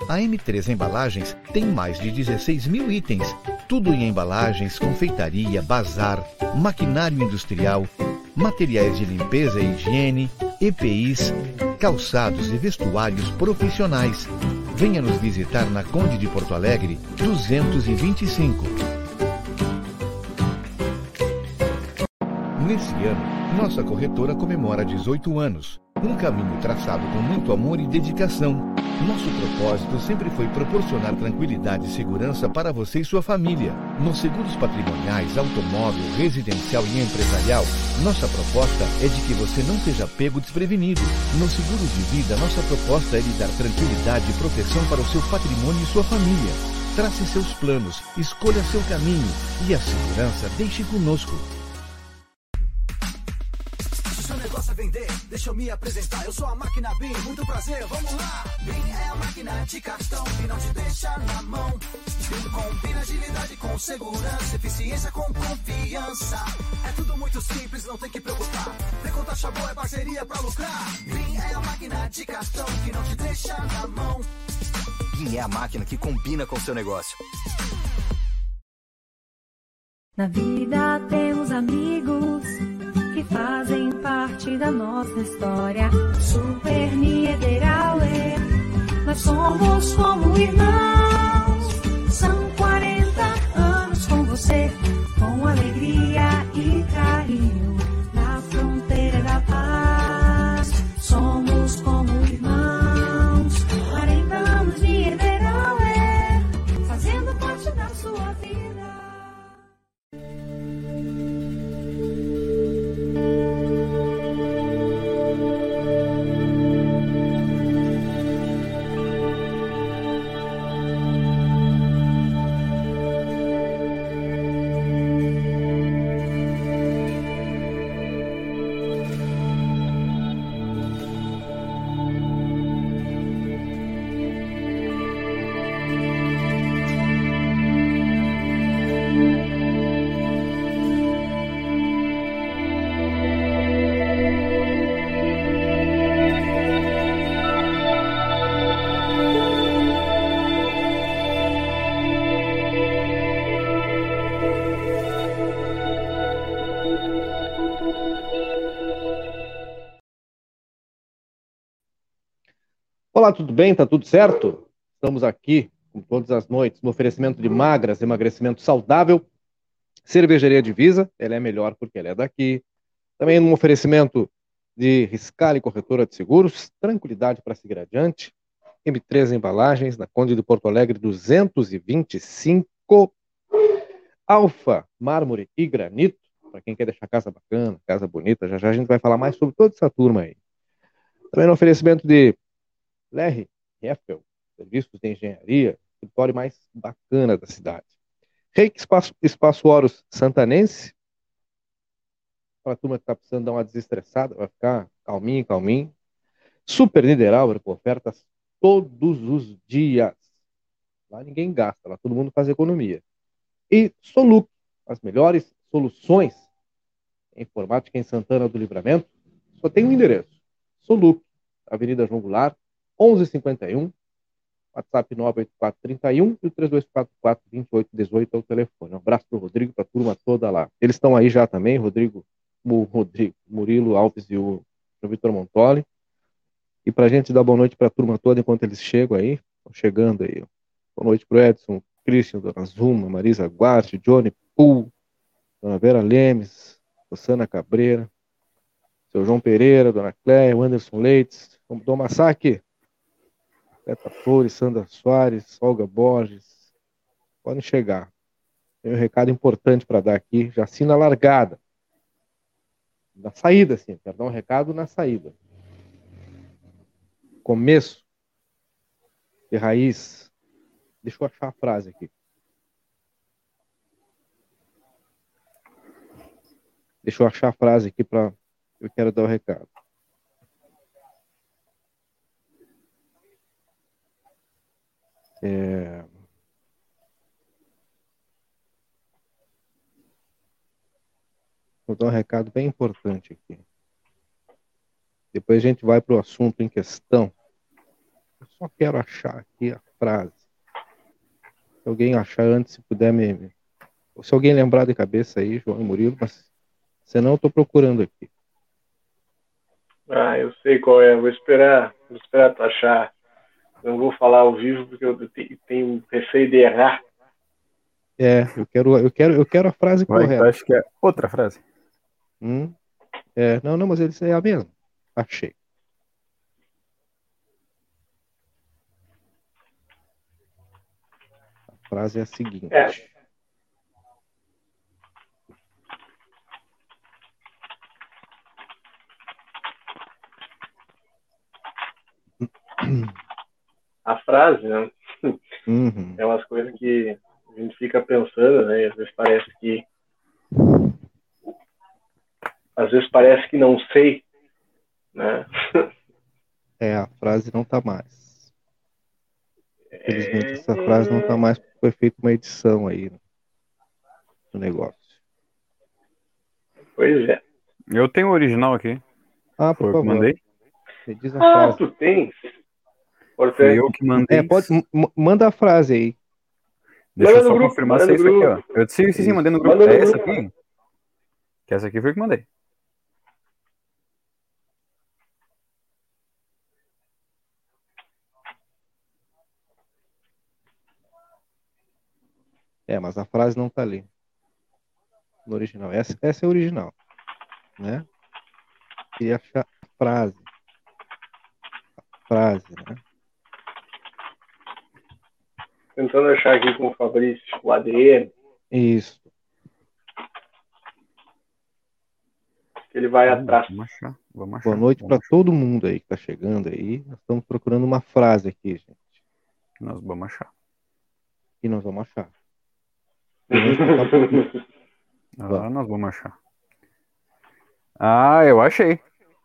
A M3 Embalagens tem mais de 16 mil itens, tudo em embalagens, confeitaria, bazar, maquinário industrial, materiais de limpeza e higiene, EPIs, calçados e vestuários profissionais. Venha nos visitar na Conde de Porto Alegre, 225. Nesse ano, nossa corretora comemora 18 anos. Um caminho traçado com muito amor e dedicação. Nosso propósito sempre foi proporcionar tranquilidade e segurança para você e sua família. Nos seguros patrimoniais, automóvel, residencial e empresarial, nossa proposta é de que você não seja pego desprevenido. Nos seguros de vida, nossa proposta é lhe dar tranquilidade e proteção para o seu patrimônio e sua família. Trace seus planos, escolha seu caminho e a segurança deixe conosco. Vender, deixa eu me apresentar, eu sou a Máquina BIM, muito prazer, vamos lá! BIM é a máquina de cartão que não te deixa na mão. BIM combina agilidade com segurança, eficiência com confiança. É tudo muito simples, não tem que preocupar. Vem com taxa boa, é parceria pra lucrar. BIM é a máquina de cartão que não te deixa na mão. BIM é a máquina que combina com o seu negócio. Na vida temos amigos que fazem parte da nossa história. Super Niederauer, nós somos como irmãos. São 40 anos com você, com alegria e carinho, na fronteira da paz. Somos como irmãos, 40 anos de Niederauer, fazendo parte da sua vida. Olá, tudo bem? Tá tudo certo? Estamos aqui, como todas as noites, no oferecimento de Magras, emagrecimento saudável, Cervejaria Divisa, ela é melhor porque ela é daqui. Também no oferecimento de Riscale Corretora de Seguros, tranquilidade para seguir adiante. M3 Embalagens, na Conde de Porto Alegre, 225. Alfa, mármore e granito, para quem quer deixar casa bacana, casa bonita. Já já a gente vai falar mais sobre toda essa turma aí. Também no oferecimento de Lerre Heffel, serviços de engenharia, escritório mais bacana da cidade. Reiki Espaço Horus Santanense, para a turma que está precisando dar uma desestressada, vai ficar calminho, calminho. Super Niederauer, com ofertas todos os dias. Lá ninguém gasta, lá todo mundo faz economia. E Soluc, as melhores soluções em informática em Santana do Livramento, só tem um endereço. Soluc, Avenida João Goulart, 1151, WhatsApp 98431 e o 3244-2818 é o telefone. Um abraço para o Rodrigo, para a turma toda lá. Eles estão aí já também, Murilo Alves e o Vitor Montoli. E para a gente dar boa noite para a turma toda enquanto eles chegam aí, estão chegando aí. Boa noite para o Edson, Christian, Dona Zuma, Marisa Guarte, Johnny Pool, Dona Vera Lemes, Rosana Cabreira, seu João Pereira, Dona Cléia, Anderson Leites, Dom Massaque, Teta Flores, Sandra Soares, Olga Borges, podem chegar. Tem um recado importante para dar aqui, já assina a largada. Na saída, sim, quero dar um recado na saída. Começo de raiz. Deixa eu achar a frase aqui. Deixa eu achar a frase aqui para eu quero dar o recado. Vou dar um recado bem importante aqui. Depois a gente vai para o assunto em questão. Só quero achar aqui a frase. Se alguém achar antes, se puder se alguém lembrar de cabeça aí, João e Murilo, mas senão eu tô procurando aqui. Eu sei qual é. Vou esperar tu achar. Não vou falar ao vivo porque eu tenho receio de errar. Eu quero a frase Vai que tu correta. acha que é outra frase. Não, mas eles é a mesma. Achei. A frase é a seguinte. A frase, né? Uhum. É umas coisas que a gente fica pensando, né? E às vezes parece que não sei, né? A frase não tá mais. Infelizmente essa frase não tá mais porque foi feita uma edição aí no negócio. Pois é. Eu tenho o original aqui. Por Foi eu favor. que mandei? Me diz a frase. Tu tens? Fui eu que mandei. Manda a frase aí. Deixa Manda eu no só grupo, confirmar manda se é no isso aqui, ó. grupo. Eu disse sim, mandei no grupo. Manda no É essa grupo. aqui? Que essa aqui foi eu que mandei. Mas a frase não tá ali. No original. Essa é a original. Né? Queria achar a frase. Né? Tentando achar aqui com o Fabrício, o ADM. Isso. Que ele vai atrás. Vamos achar. Boa noite para todo mundo aí que tá chegando aí. Nós estamos procurando uma frase aqui, gente. Nós vamos achar. E nós vamos achar. Nós vamos achar. Eu achei.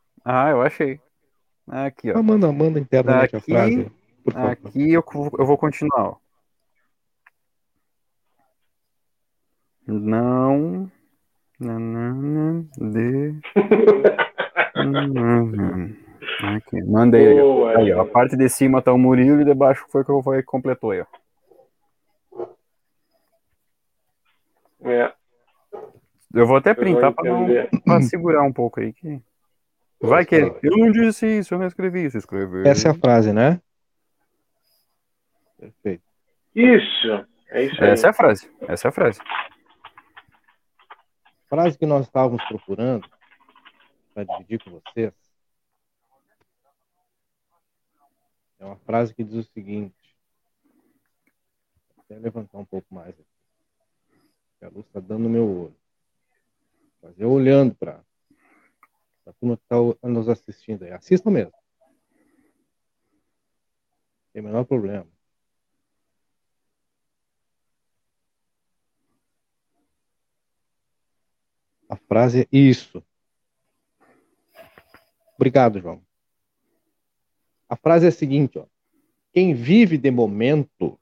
Aqui, ó. Manda internamente a frase. Por favor. Aqui eu vou continuar, ó. Não aqui, mandei aí, ó. A parte de cima tá o Murilo e de baixo foi que eu completou aí, ó. Eu vou até printar pra segurar um pouco aí. Vai que eu não disse isso, eu não escrevi isso. Essa é a frase, né? Perfeito. Isso. É isso aí. Essa é a frase. A frase que nós estávamos procurando para dividir com vocês é uma frase que diz o seguinte. Vou até levantar um pouco mais aqui. A luz está dando no meu olho. Mas eu olhando para a turma que está nos assistindo aí. Assistam mesmo. Não tem o menor problema. A frase é isso. Obrigado, João. A frase é a seguinte, ó. Quem vive de momento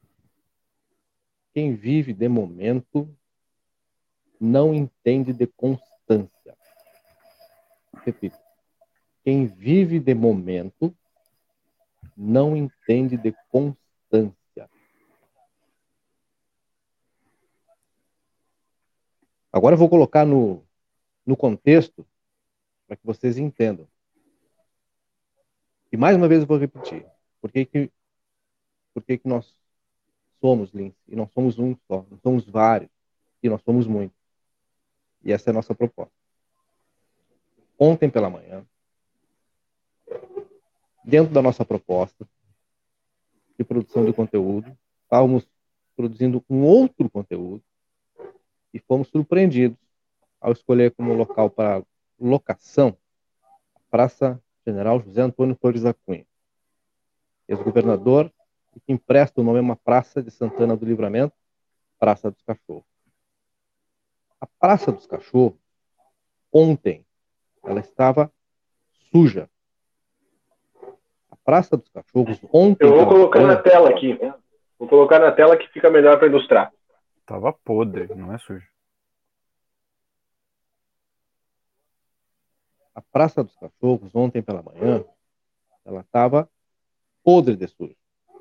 não entende de constância. Repito. Quem vive de momento não entende de constância. Agora eu vou colocar no contexto para que vocês entendam. E mais uma vez eu vou repetir. Por que nós somos Lince? E nós somos um só. Nós somos vários. E nós somos muitos. E essa é a nossa proposta. Ontem pela manhã, dentro da nossa proposta de produção de conteúdo, estávamos produzindo um outro conteúdo e fomos surpreendidos ao escolher como local para locação a Praça General José Antônio Flores da Cunha, ex-governador, e que empresta o nome a uma praça de Santana do Livramento, Praça dos Cachorros. A Praça dos Cachorros, ontem, ela estava suja. A Praça dos Cachorros, ontem... Eu vou colocar na tela aqui. Vou colocar na tela que fica melhor para ilustrar. Tava podre, não é sujo. A Praça dos Cachorros, ontem pela manhã, ela estava podre de suja.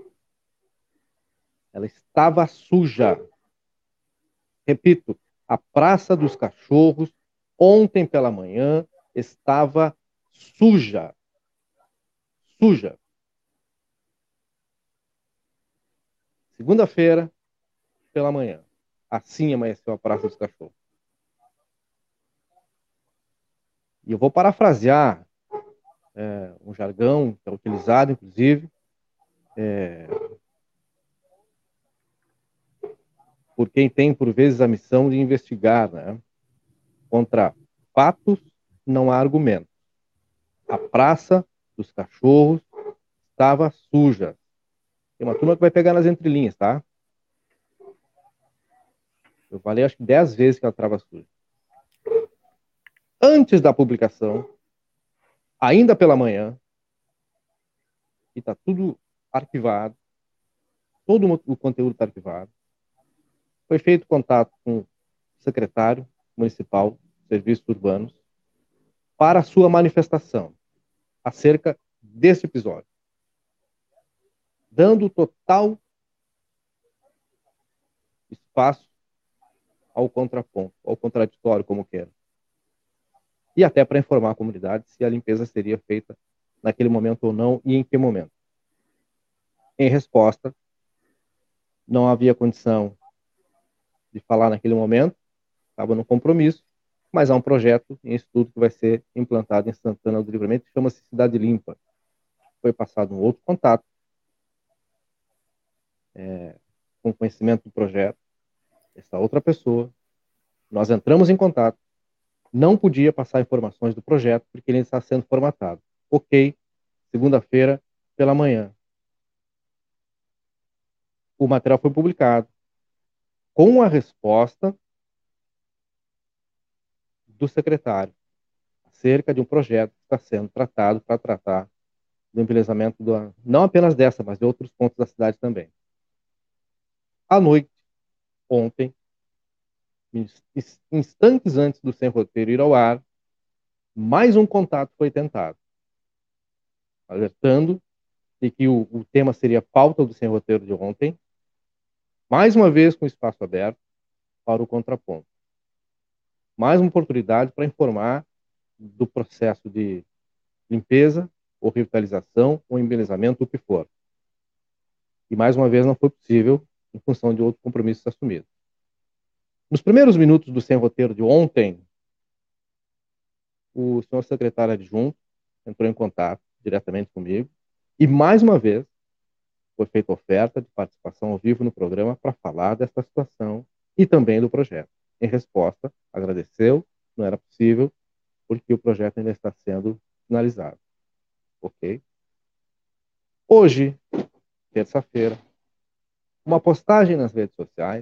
Ela estava suja. Repito, a Praça dos Cachorros, ontem pela manhã, estava suja. Suja. Segunda-feira, pela manhã. Assim amanheceu a Praça dos Cachorros. E eu vou parafrasear um jargão que é utilizado, inclusive, por quem tem, por vezes, a missão de investigar, né? Contra fatos não há argumento. A Praça dos Cachorros estava suja. Tem uma turma que vai pegar nas entrelinhas, tá? Eu falei acho que 10 vezes que ela estava suja. Antes da publicação, ainda pela manhã, e está tudo arquivado, todo o conteúdo está arquivado, foi feito contato com o secretário municipal de Serviços Urbanos para a sua manifestação acerca desse episódio, dando total espaço ao contraponto, ao contraditório, como queira. E até para informar a comunidade se a limpeza seria feita naquele momento ou não e em que momento. Em resposta, não havia condição de falar naquele momento, estava no compromisso, mas há um projeto em estudo que vai ser implantado em Santana do Livramento, que chama-se Cidade Limpa. Foi passado um outro contato, com conhecimento do projeto, essa outra pessoa, nós entramos em contato, não podia passar informações do projeto, porque ele está sendo formatado. Ok, segunda-feira, pela manhã. O material foi publicado com a resposta do secretário acerca de um projeto que está sendo tratado para tratar do embelezamento, não apenas dessa, mas de outros pontos da cidade também. À noite, ontem, instantes antes do Sem Roteiro ir ao ar, mais um contato foi tentado, alertando de que o tema seria pauta do Sem Roteiro de ontem, mais uma vez com espaço aberto para o contraponto. Mais uma oportunidade para informar do processo de limpeza, ou revitalização, ou embelezamento, o que for. E mais uma vez não foi possível, em função de outros compromissos assumidos. Nos primeiros minutos do Sem Roteiro de ontem, o senhor secretário adjunto entrou em contato diretamente comigo e, mais uma vez, foi feita oferta de participação ao vivo no programa para falar dessa situação e também do projeto. Em resposta, agradeceu, não era possível, porque o projeto ainda está sendo finalizado. Ok? Hoje, terça-feira, uma postagem nas redes sociais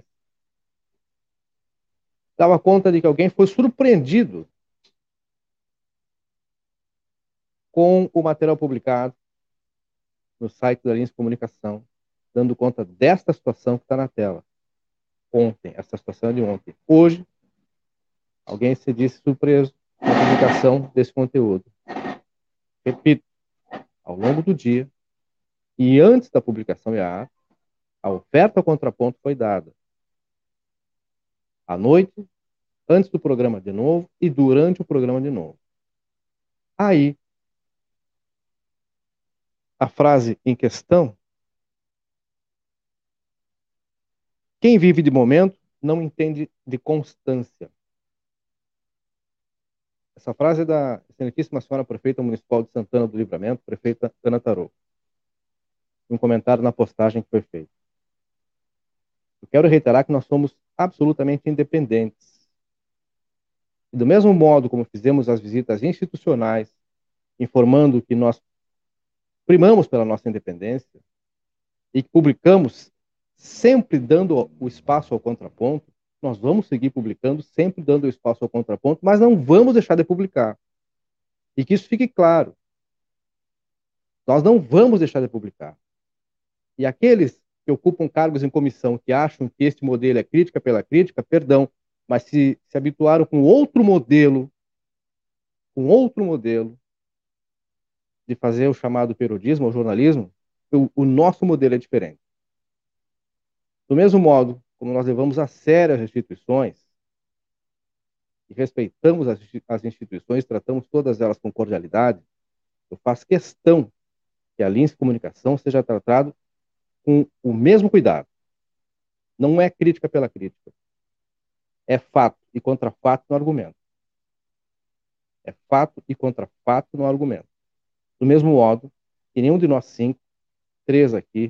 dava conta de que alguém foi surpreendido com o material publicado no site da Lins Comunicação, dando conta desta situação que está na tela. Ontem, essa situação é de ontem. Hoje, alguém se disse surpreso com a publicação desse conteúdo. Repito, ao longo do dia e antes da publicação em ar, a oferta ao contraponto foi dada. À noite, antes do programa de novo e durante o programa de novo. Aí, a frase em questão: quem vive de momento não entende de constância. Essa frase é da excelentíssima senhora prefeita municipal de Santana do Livramento, prefeita Ana Tarô. Um comentário na postagem que foi feita. Eu quero reiterar que nós somos absolutamente independentes. E do mesmo modo como fizemos as visitas institucionais, informando que nós primamos pela nossa independência e que publicamos sempre dando o espaço ao contraponto, nós vamos seguir publicando, sempre dando o espaço ao contraponto, mas não vamos deixar de publicar. E que isso fique claro. Nós não vamos deixar de publicar. E aqueles que ocupam cargos em comissão que acham que este modelo é crítica pela crítica, perdão, mas se habituaram com outro modelo de fazer o chamado periodismo, ou jornalismo, o nosso modelo é diferente. Do mesmo modo como nós levamos a sério as instituições e respeitamos as instituições, tratamos todas elas com cordialidade, eu faço questão que a Lince Comunicação seja tratado com o mesmo cuidado. Não é crítica pela crítica. É fato e contra fato no argumento. É fato e contra fato no argumento. Do mesmo modo que nenhum de nós 5, 3 aqui,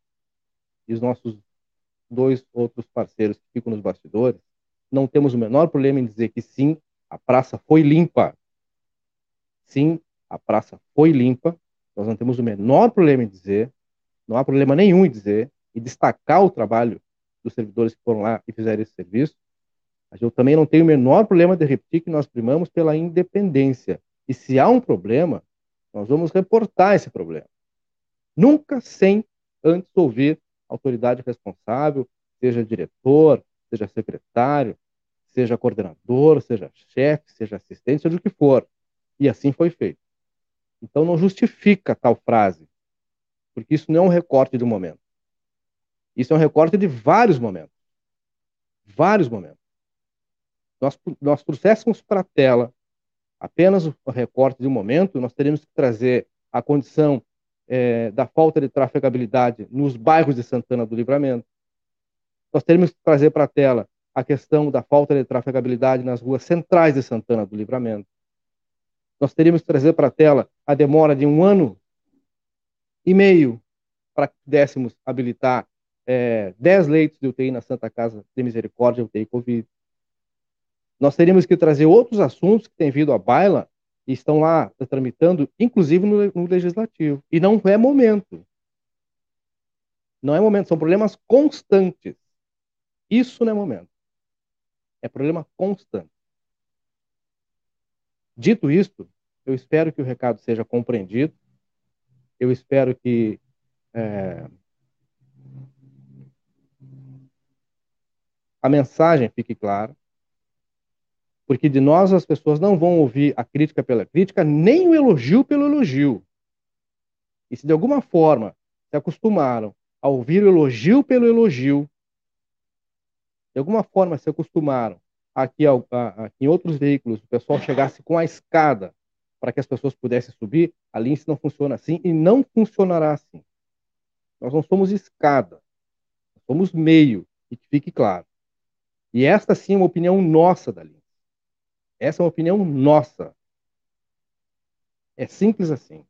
e os nossos 2 outros parceiros que ficam nos bastidores, não temos o menor problema em dizer que sim, a praça foi limpa. Sim, a praça foi limpa. Nós não temos o menor problema em dizer, não há problema nenhum em dizer, e destacar o trabalho dos servidores que foram lá e fizeram esse serviço. Mas eu também não tenho o menor problema de repetir que nós primamos pela independência. E se há um problema, nós vamos reportar esse problema. Nunca sem antes ouvir a autoridade responsável, seja diretor, seja secretário, seja coordenador, seja chefe, seja assistente, seja o que for. E assim foi feito. Então não justifica tal frase, porque isso não é um recorte de um momento. Isso é um recorte de vários momentos. Vários momentos. Nós trouxéssemos para a tela apenas o recorte de um momento, nós teríamos que trazer a condição da falta de trafegabilidade nos bairros de Santana do Livramento. Nós teríamos que trazer para a tela a questão da falta de trafegabilidade nas ruas centrais de Santana do Livramento. Nós teríamos que trazer para a tela a demora de 1 ano e meio para que pudéssemos habilitar 10 leitos de UTI na Santa Casa de Misericórdia, UTI Covid. Nós teríamos que trazer outros assuntos que têm vindo à baila e estão lá tramitando, inclusive no Legislativo. E não é momento. Não é momento, são problemas constantes. Isso não é momento. É problema constante. Dito isto, eu espero que o recado seja compreendido. Eu espero que a mensagem fique clara. Porque de nós as pessoas não vão ouvir a crítica pela crítica, nem o elogio pelo elogio. E se de alguma forma se acostumaram a ouvir o elogio pelo elogio, de alguma forma se acostumaram a que em outros veículos o pessoal chegasse com a escada para que as pessoas pudessem subir, a Lince não funciona assim e não funcionará assim. Nós não somos escada, nós somos meio, e que fique claro. E esta sim é uma opinião nossa da Lince. Essa é uma opinião nossa. É simples assim.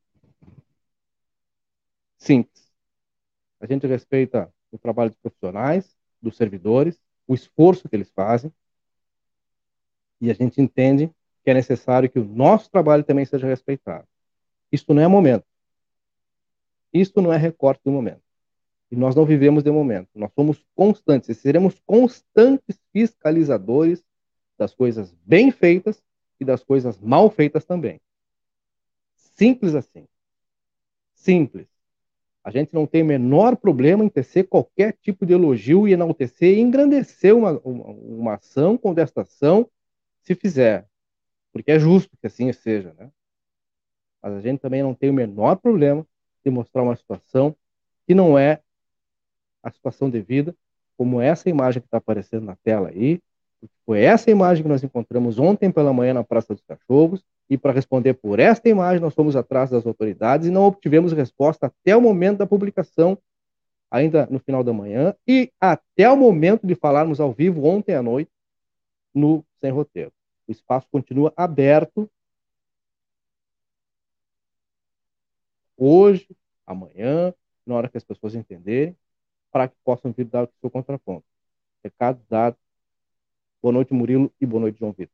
Simples. A gente respeita o trabalho dos profissionais, dos servidores, o esforço que eles fazem, e a gente entende que é necessário que o nosso trabalho também seja respeitado. Isto não é momento. Isto não é recorte do momento. E nós não vivemos de momento. Nós somos constantes e seremos constantes fiscalizadores das coisas bem feitas e das coisas mal feitas também. Simples assim. Simples. A gente não tem o menor problema em tecer qualquer tipo de elogio e enaltecer e engrandecer uma ação, contestação, se fizer. Porque é justo que assim seja, né? Mas a gente também não tem o menor problema de mostrar uma situação que não é a situação devida, como essa imagem que está aparecendo na tela aí. Foi essa imagem que nós encontramos ontem pela manhã na Praça dos Cachorros, e para responder por esta imagem nós fomos atrás das autoridades e não obtivemos resposta até o momento da publicação, ainda no final da manhã, e até o momento de falarmos ao vivo ontem à noite no Sem Roteiro. O espaço continua aberto hoje, amanhã, na hora que as pessoas entenderem, para que possam vir dar o seu contraponto. Recado dado. Boa noite, Murilo, e boa noite, João Vitor.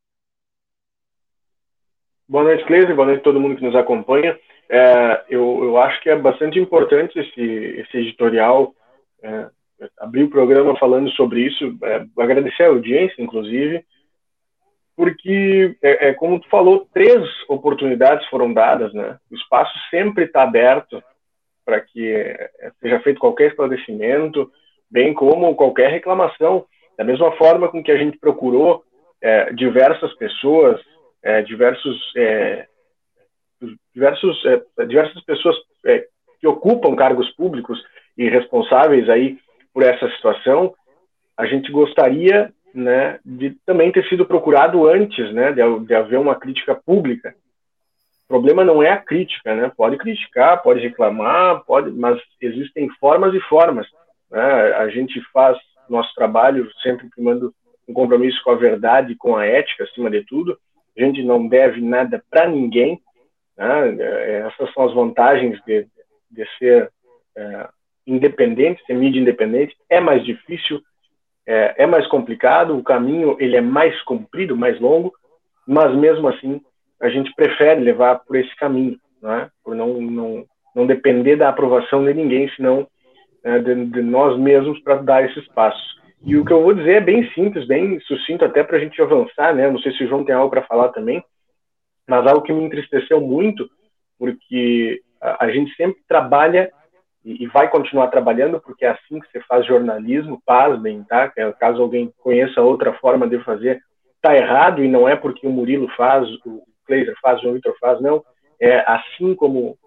Boa noite, Cleise, boa noite a todo mundo que nos acompanha. Eu acho que é bastante importante esse editorial, abrir o programa falando sobre isso, agradecer a audiência, inclusive, porque, como tu falou, 3 oportunidades foram dadas, né? O espaço sempre está aberto para que seja feito qualquer esclarecimento, bem como qualquer reclamação. Da mesma forma com que a gente procurou diversas pessoas, diversas pessoas que que ocupam cargos públicos e responsáveis aí por essa situação, a gente gostaria, né, de também ter sido procurado antes, né, de haver uma crítica pública. O problema não é a crítica, né? Pode criticar, pode reclamar, mas existem formas e formas, né? A gente faz nosso trabalho sempre primando um compromisso com a verdade e com a ética, acima de tudo. A gente não deve nada para ninguém, né? Essas são as vantagens de ser independente, ser mídia independente. É mais difícil, é mais complicado, o caminho ele é mais comprido, mais longo, mas mesmo assim a gente prefere levar por esse caminho, né? Por não depender da aprovação de ninguém, senão de nós mesmos para dar esses passos. E o que eu vou dizer é bem simples, bem sucinto, até para a gente avançar, né? Não sei se o João tem algo para falar também, mas algo que me entristeceu muito, porque a gente sempre trabalha e vai continuar trabalhando, porque é assim que você faz jornalismo, pasmem, tá? Caso alguém conheça outra forma de fazer, tá errado, e não é porque o Murilo faz, o Kleiser faz, o João Vitor faz, não. É assim como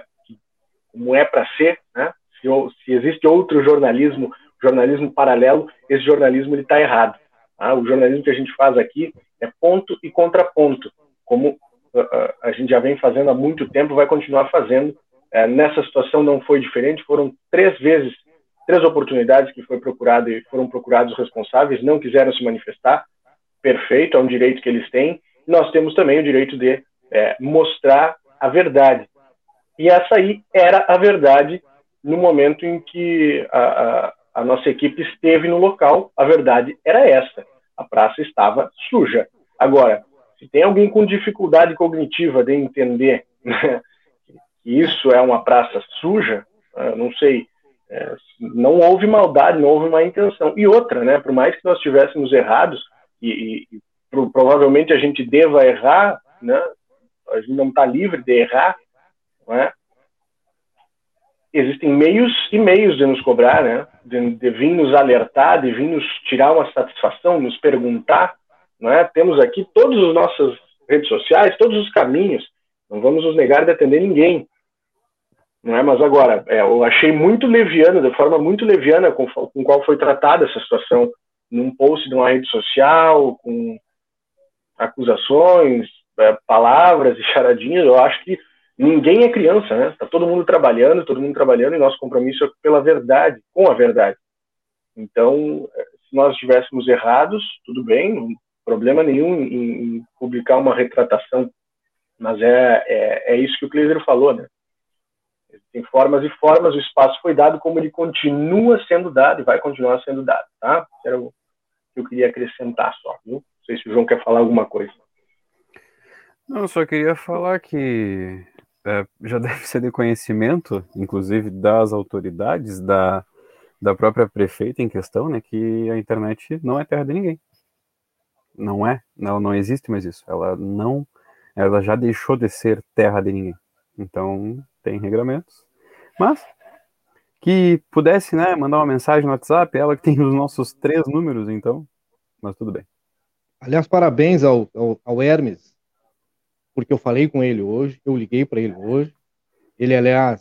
é para ser, né? Se existe outro jornalismo paralelo, esse jornalismo está errado. Tá? O jornalismo que a gente faz aqui é ponto e contraponto, como a gente já vem fazendo há muito tempo, vai continuar fazendo. Nessa situação não foi diferente, foram 3 oportunidades que foi procurado e foram procurados os responsáveis, não quiseram se manifestar, perfeito, é um direito que eles têm. Nós temos também o direito de mostrar a verdade. E essa aí era a verdade no momento em que a nossa equipe esteve no local. A verdade era essa. A praça estava suja. Agora, se tem alguém com dificuldade cognitiva de entender, né, que isso é uma praça suja, não sei, não houve maldade, não houve má intenção. E outra, né, por mais que nós estivéssemos errados, e provavelmente a gente deva errar, né, a gente não está livre de errar, não é? Existem meios e meios de nos cobrar, né? De vir nos alertar, de vir nos tirar uma satisfação, nos perguntar, não é? Temos aqui todas as nossas redes sociais, todos os caminhos, não vamos nos negar de atender ninguém, não é? Mas agora, eu achei muito leviano, de forma muito leviana com qual foi tratada essa situação, num post de uma rede social, com acusações, palavras e charadinhas. Eu acho que ninguém é criança, né? Está todo mundo trabalhando, e nosso compromisso é pela verdade, com a verdade. Então, se nós estivéssemos errados, tudo bem, não tem problema nenhum em publicar uma retratação, mas é isso que o Kleiser falou, né? Tem formas e formas, o espaço foi dado como ele continua sendo dado e vai continuar sendo dado, tá? Era o que eu queria acrescentar só, viu? Não sei se o João quer falar alguma coisa. Não, eu só queria falar que já deve ser de conhecimento, inclusive das autoridades, da própria prefeita em questão, né, que a internet não é terra de ninguém. Não existe mais isso. Ela já deixou de ser terra de ninguém. Então, tem regramentos. Mas, que pudesse, né, mandar uma mensagem no WhatsApp, ela que tem os nossos 3 números, então, mas tudo bem. Aliás, parabéns ao Hermes, porque eu falei com ele hoje, eu liguei para ele hoje. Ele, aliás,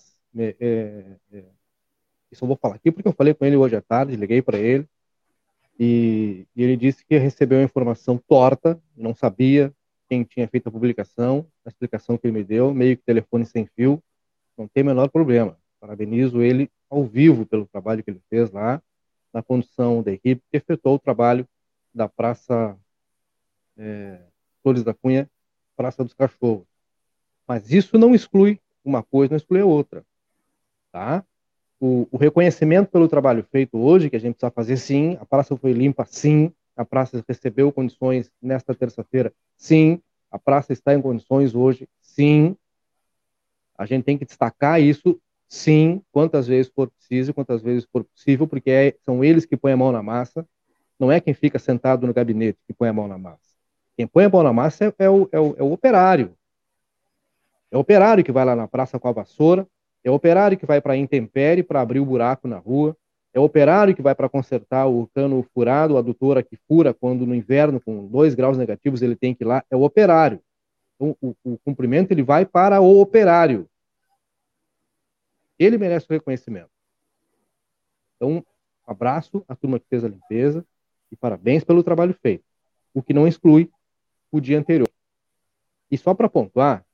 isso eu vou falar aqui porque eu falei com ele hoje à tarde, liguei para ele, e ele disse que recebeu a informação torta, não sabia quem tinha feito a publicação, a explicação que ele me deu, meio que telefone sem fio, não tem o menor problema. Parabenizo ele ao vivo pelo trabalho que ele fez lá, na condução da equipe que efetuou o trabalho da Praça Flores da Cunha, Praça dos Cachorros. Mas isso não exclui uma coisa, não exclui a outra. Tá? O reconhecimento pelo trabalho feito hoje, que a gente precisa fazer, sim. A praça foi limpa, sim. A praça recebeu condições nesta terça-feira, sim. A praça está em condições hoje, sim. A gente tem que destacar isso, sim, quantas vezes for preciso, quantas vezes for possível, porque são eles que põem a mão na massa. Não é quem fica sentado no gabinete que põe a mão na massa. Quem põe a mão na massa é o operário. É o operário que vai lá na praça com a vassoura, é o operário que vai para a intempérie, para abrir o buraco na rua, é o operário que vai para consertar o cano furado, a adutora que fura quando no inverno, com 2 graus negativos, ele tem que ir lá, é o operário. Então, o cumprimento ele vai para o operário. Ele merece o reconhecimento. Então, abraço à turma que fez a limpeza e parabéns pelo trabalho feito, o que não exclui o dia anterior. E só para pontuar,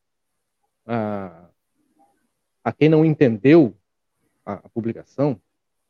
a quem não entendeu a publicação,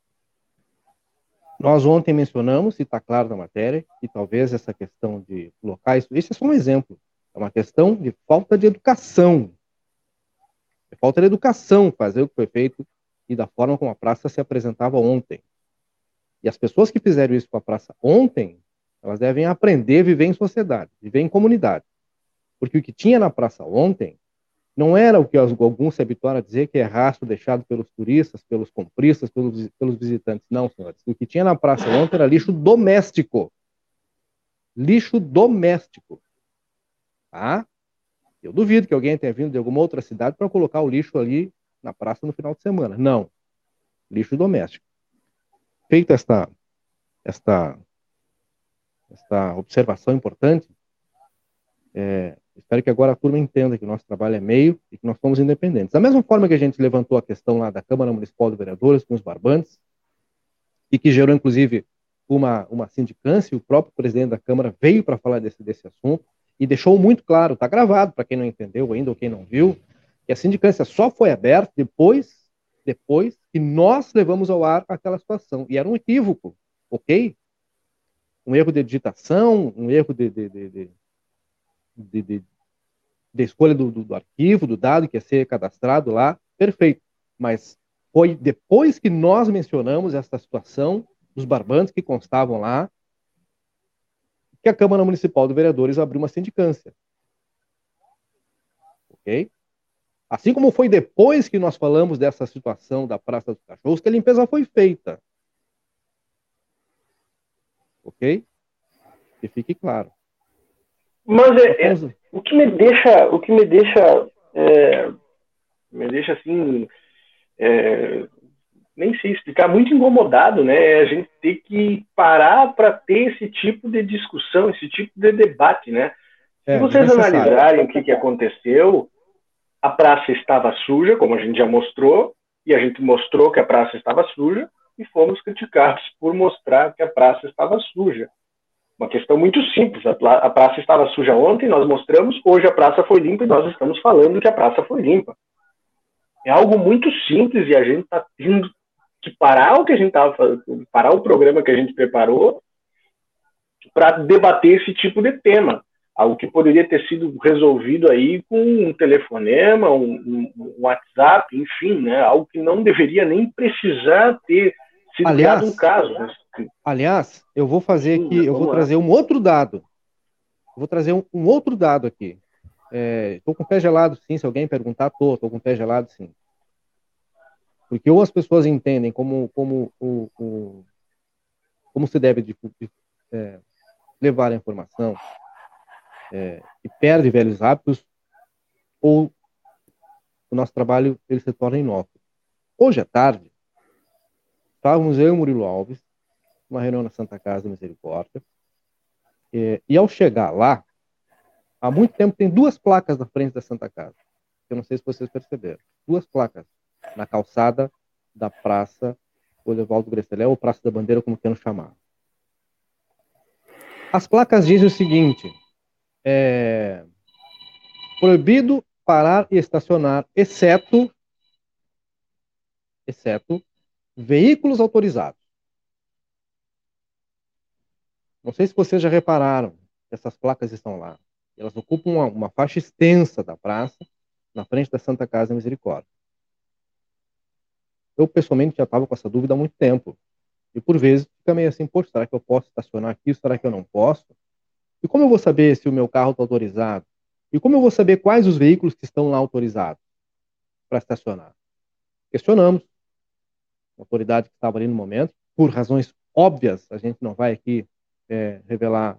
nós ontem mencionamos, e está claro na matéria, que talvez essa questão de locais, esse é só um exemplo, é uma questão de falta de educação. É falta de educação fazer o que foi feito e da forma como a praça se apresentava ontem. E as pessoas que fizeram isso com a praça ontem, elas devem aprender a viver em sociedade, viver em comunidade. Porque o que tinha na praça ontem não era o que alguns se habituaram a dizer, que é rastro deixado pelos turistas, pelos compristas, pelos visitantes. Não, senhores. O que tinha na praça ontem era lixo doméstico. Lixo doméstico. Tá? Eu duvido que alguém tenha vindo de alguma outra cidade para colocar o lixo ali na praça no final de semana. Não. Lixo doméstico. Feita esta observação importante, espero que agora a turma entenda que o nosso trabalho é meio e que nós somos independentes. Da mesma forma que a gente levantou a questão lá da Câmara Municipal de Vereadores com os barbantes, e que gerou, inclusive, uma sindicância, o próprio presidente da Câmara veio para falar desse assunto e deixou muito claro, está gravado para quem não entendeu ainda ou quem não viu, que a sindicância só foi aberta depois que nós levamos ao ar aquela situação. E era um equívoco, ok? Um erro de digitação, um erro de escolha do arquivo, do dado que ia ser cadastrado lá, perfeito. Mas foi depois que nós mencionamos essa situação dos barbantes que constavam lá, que a Câmara Municipal de Vereadores abriu uma sindicância. Ok? Assim como foi depois que nós falamos dessa situação da Praça dos Cachorros, que a limpeza foi feita. Ok? Que fique claro. Mas o que me deixa assim, nem sei explicar, muito incomodado, né? É a gente ter que parar para ter esse tipo de discussão, esse tipo de debate, né? Se vocês analisarem o que aconteceu, a praça estava suja, como a gente já mostrou, e a gente mostrou que a praça estava suja, e fomos criticados por mostrar que a praça estava suja. Uma questão muito simples. A praça estava suja ontem, nós mostramos, hoje a praça foi limpa e nós estamos falando que a praça foi limpa. É algo muito simples e a gente está tendo que parar o que a gente estava fazendo, parar o programa que a gente preparou para debater esse tipo de tema. Algo que poderia ter sido resolvido aí com um telefonema, um WhatsApp, enfim, né? Algo que não deveria nem precisar ter sido criado um caso. Né? Aliás, eu vou fazer aqui, eu vou trazer um outro dado. Eu vou trazer um outro dado aqui. Estou com o pé gelado, sim. Se alguém perguntar, estou com o pé gelado, sim. Porque ou as pessoas entendem como se deve levar a informação e perde velhos hábitos, ou o nosso trabalho ele se torna inócuo. Hoje à tarde, estávamos eu e o Murilo Alves, uma reunião na Santa Casa da Misericórdia, e ao chegar lá, há muito tempo tem duas placas na frente da Santa Casa. Eu não sei se vocês perceberam. Duas placas na calçada da Praça Olivaldo Gresseléu, ou Praça da Bandeira, como queiram chamar. As placas dizem o seguinte: proibido parar e estacionar, exceto veículos autorizados. Não sei se vocês já repararam que essas placas estão lá. Elas ocupam uma faixa extensa da praça, na frente da Santa Casa da Misericórdia. Eu, pessoalmente, já estava com essa dúvida há muito tempo. E, por vezes, fica meio assim, poxa, será que eu posso estacionar aqui? Será que eu não posso? E como eu vou saber se o meu carro está autorizado? E como eu vou saber quais os veículos que estão lá autorizados para estacionar? Questionamos a autoridade que estava ali no momento, por razões óbvias, a gente não vai aqui revelar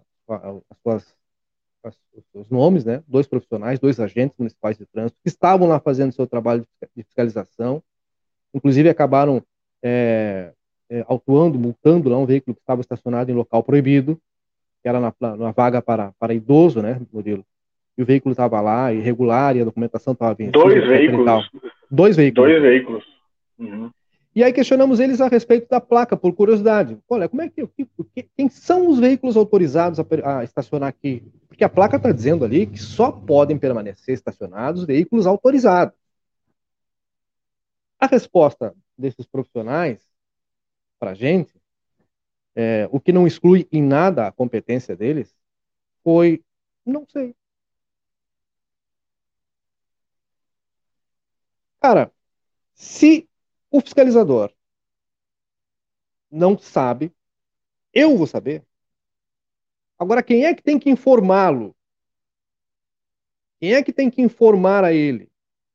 os nomes, né? 2 profissionais, 2 agentes municipais de trânsito que estavam lá fazendo seu trabalho de fiscalização, inclusive acabaram autuando, multando lá um veículo que estava estacionado em local proibido, que era na vaga para idoso, né, Murilo? E o veículo estava lá, irregular, e a documentação estava vencida. 2 veículos. 2 veículos. 2 veículos. Uhum. E aí questionamos eles a respeito da placa, por curiosidade. Olha, quem são os veículos autorizados a estacionar aqui? Porque a placa está dizendo ali que só podem permanecer estacionados veículos autorizados. A resposta desses profissionais para a gente, o que não exclui em nada a competência deles, foi: não sei. Cara, se o fiscalizador não sabe, eu vou saber. Agora, quem é que tem que informá-lo? Quem é que tem que informar a ele?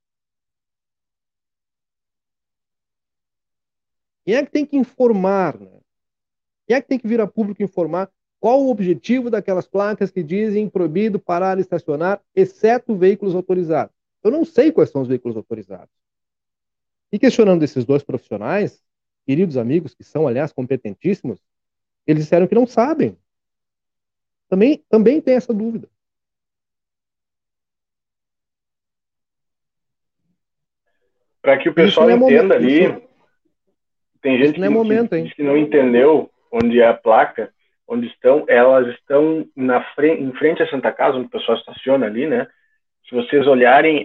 Quem é que tem que informar, né? Quem é que tem que vir a público informar qual o objetivo daquelas placas que dizem proibido parar e estacionar, exceto veículos autorizados? Eu não sei quais são os veículos autorizados. E questionando esses dois profissionais, queridos amigos, que são, aliás, competentíssimos, eles disseram que não sabem. Também tem essa dúvida. Para que o pessoal entenda ali, tem gente que não entendeu onde é a placa, onde estão, elas estão em frente à Santa Casa, onde o pessoal estaciona ali, né? Se vocês olharem,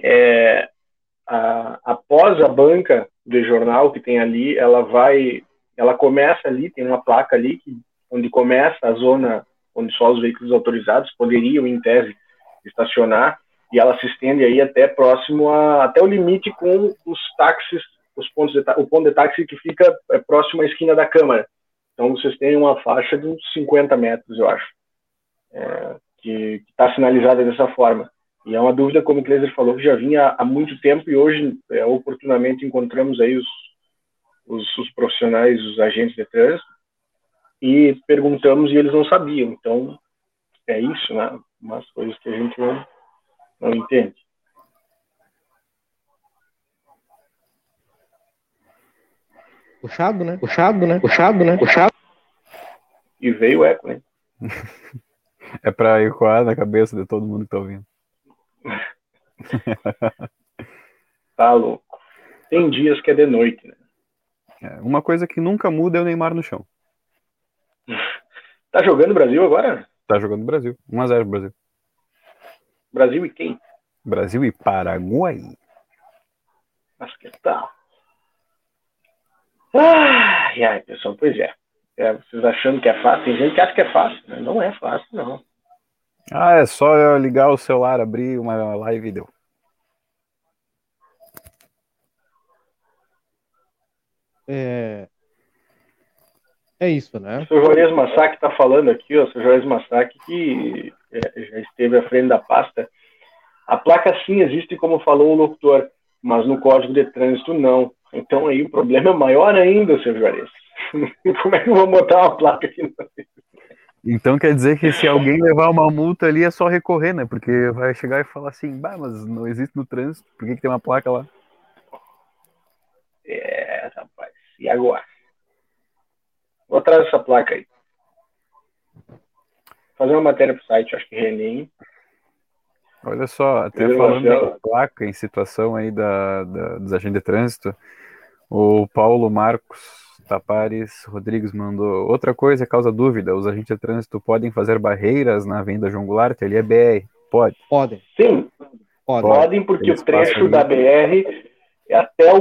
após a banca de jornal que tem ali, ela começa ali, tem uma placa ali, onde começa a zona onde só os veículos autorizados poderiam, em tese, estacionar, e ela se estende aí até próximo até o limite com os táxis, o ponto de táxi que fica próximo à esquina da Câmara. Então vocês têm uma faixa de uns 50 metros, eu acho, que está sinalizada dessa forma. E é uma dúvida, como o Kleiser falou, que já vinha há muito tempo, e hoje, oportunamente, encontramos aí os profissionais, os agentes de trânsito, e perguntamos e eles não sabiam. Então, é isso, né? Umas coisas que a gente não entende. Puxado, né? E veio o eco, né? É pra ecoar na cabeça de todo mundo que tá ouvindo. Tá louco. Tem dias que é de noite, né? Uma coisa que nunca muda é o Neymar no chão. Tá jogando o Brasil agora? Tá jogando o Brasil. 1-0 pro Brasil. Brasil e quem? Brasil e Paraguai. Mas que tal? Ai, pessoal, pois é. Vocês achando que é fácil? Tem gente que acha que é fácil, né? Não é fácil, não. É só ligar o celular, abrir uma live e deu. É isso, né? O Sr. Juarez Massac está falando aqui, o Sr. Juarez Massac, que já esteve à frente da pasta. A placa sim existe, como falou o locutor, mas no Código de Trânsito não. Então aí o problema é maior ainda, Sr. Juarez. Como é que eu vou botar uma placa aqui? Então quer dizer que se alguém levar uma multa ali é só recorrer, né? Porque vai chegar e falar assim, mas não existe no trânsito, por que tem uma placa lá? Rapaz, e agora? Vou atrás dessa placa aí. Fazer uma matéria pro site, acho que Renem. Olha só, até falando em placa, em situação aí dos agentes de trânsito, o Paulo Marcos Tapares Rodrigues mandou: outra coisa causa dúvida, os agentes de trânsito podem fazer barreiras na Avenida João Goulart, ali é BR? Podem. Sim, podem, porque o trecho da BR é até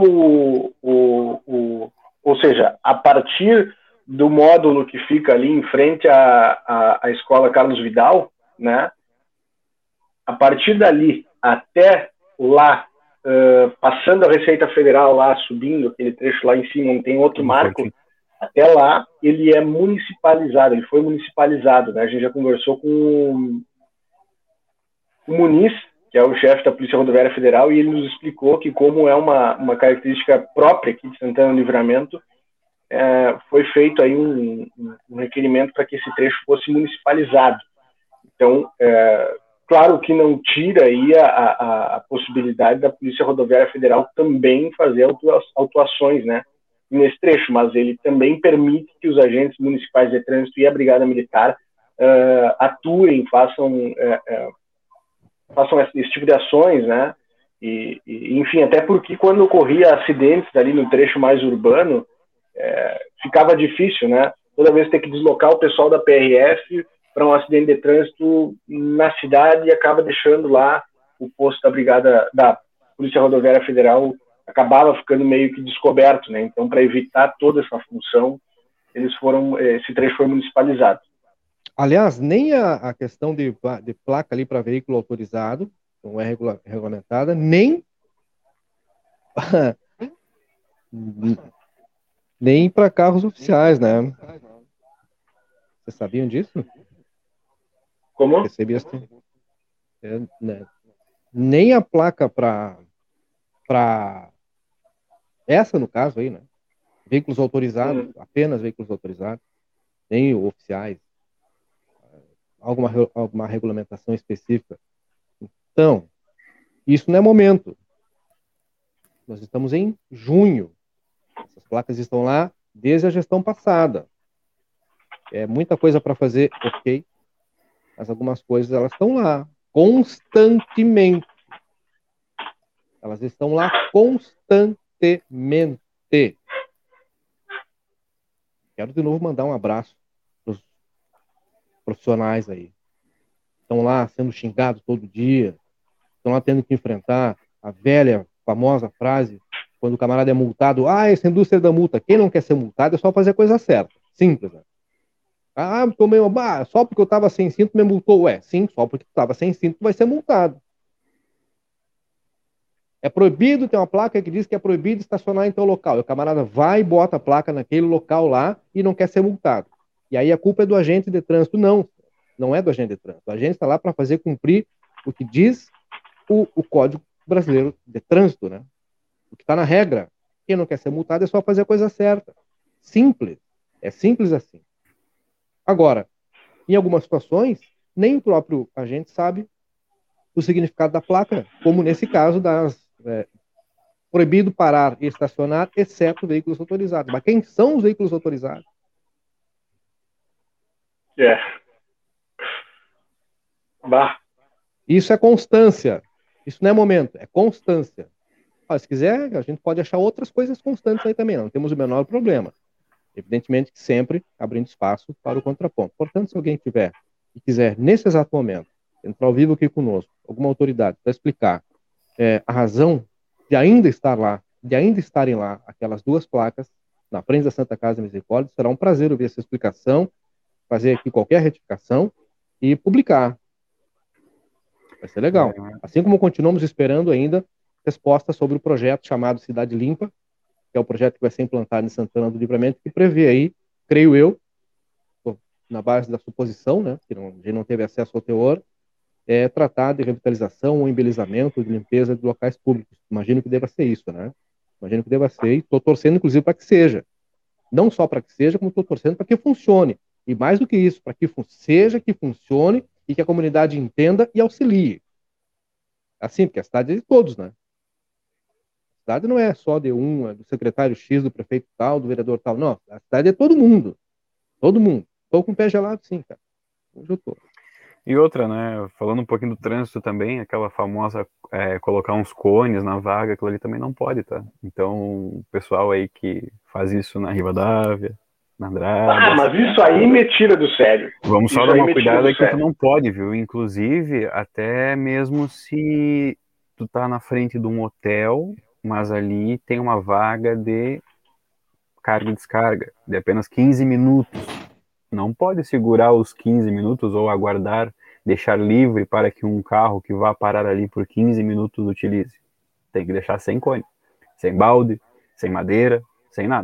ou seja, a partir do módulo que fica ali em frente à escola Carlos Vidal, né? A partir dali até lá, passando a Receita Federal lá, subindo aquele trecho lá em cima, onde tem outro marco, até lá ele é municipalizado, ele foi municipalizado, né? A gente já conversou com o Muniz, que é o chefe da Polícia Rodoviária Federal, e ele nos explicou que, como é uma característica própria aqui de Santana do Livramento, foi feito aí um requerimento para que esse trecho fosse municipalizado. Então, claro que não tira aí a possibilidade da Polícia Rodoviária Federal também fazer autuações, né, nesse trecho, mas ele também permite que os agentes municipais de trânsito e a Brigada Militar atuem, façam esse tipo de ações, né, enfim, até porque quando ocorria acidentes ali no trecho mais urbano, ficava difícil, né? Toda vez ter que deslocar o pessoal da PRF para um acidente de trânsito na cidade e acaba deixando lá o posto da Brigada da Polícia Rodoviária Federal, acabava ficando meio que descoberto, né? Então, para evitar toda essa função, esse trecho foi municipalizado. Aliás, nem a questão de placa ali para veículo autorizado não é regulamentada, nem nem para carros oficiais, né? Vocês sabiam disso? Como? Recebi né? Nem a placa para essa, no caso aí, né? Veículos autorizados, apenas veículos autorizados, nem oficiais, alguma regulamentação específica. Então, isso não é momento. Nós estamos em junho. Essas placas estão lá desde a gestão passada. É muita coisa para fazer, ok, mas algumas coisas elas estão lá constantemente. Elas estão lá constantemente. Quero de novo mandar um abraço para os profissionais aí. Estão lá sendo xingados todo dia, estão lá tendo que enfrentar a velha, famosa frase, quando o camarada é multado, essa indústria da multa, quem não quer ser multado é só fazer a coisa certa. Simples, né? Só porque eu estava sem cinto me multou. Sim, só porque tu estava sem cinto tu vai ser multado. É proibido, tem uma placa que diz que é proibido estacionar em teu local. E o camarada vai e bota a placa naquele local lá e não quer ser multado. E aí a culpa é do agente de trânsito. Não é do agente de trânsito. O agente está lá para fazer cumprir o que diz o Código Brasileiro de Trânsito, né? O que está na regra. Quem não quer ser multado é só fazer a coisa certa. Simples. É simples assim. Agora, em algumas situações, nem o próprio agente sabe o significado da placa, como nesse caso proibido parar e estacionar, exceto veículos autorizados. Mas quem são os veículos autorizados? Isso é constância. Isso não é momento, é constância. Se quiser, a gente pode achar outras coisas constantes aí também, não temos o menor problema. Evidentemente que sempre abrindo espaço para o contraponto. Portanto, se alguém tiver e quiser, nesse exato momento, entrar ao vivo aqui conosco, alguma autoridade, para explicar a razão de ainda estarem lá aquelas duas placas na frente da Santa Casa de Misericórdia, será um prazer ouvir essa explicação, fazer aqui qualquer retificação e publicar. Vai ser legal. Assim como continuamos esperando ainda resposta sobre o projeto chamado Cidade Limpa, que é o projeto que vai ser implantado em Santana do Livramento, que prevê aí, creio eu, na base da suposição, né, que a gente não teve acesso ao teor, tratar de revitalização ou embelezamento, de limpeza de locais públicos. Imagino que deva ser isso, né? Imagino que deva ser, e estou torcendo, inclusive, para que seja. Não só para que seja, como estou torcendo para que funcione. E mais do que isso, para que seja, que funcione e que a comunidade entenda e auxilie. Assim, porque a cidade é de todos, né? A cidade não é só de um, é do secretário X, do prefeito tal, do vereador tal. Não, a cidade é todo mundo. Todo mundo. Estou com o pé gelado, sim, cara. Hoje eu tô. E outra, né, falando um pouquinho do trânsito também, aquela famosa colocar uns cones na vaga, aquilo ali também não pode, tá? Então, o pessoal aí que faz isso na Rivadavia, na Andrada... mas isso aí me tira do sério. Vamos só dar uma cuidada que tu não pode, viu? Inclusive, até mesmo se tu tá na frente de um hotel, mas ali tem uma vaga de carga e descarga, de apenas 15 minutos. Não pode segurar os 15 minutos ou aguardar, deixar livre para que um carro que vá parar ali por 15 minutos utilize. Tem que deixar sem cone, sem balde, sem madeira, sem nada.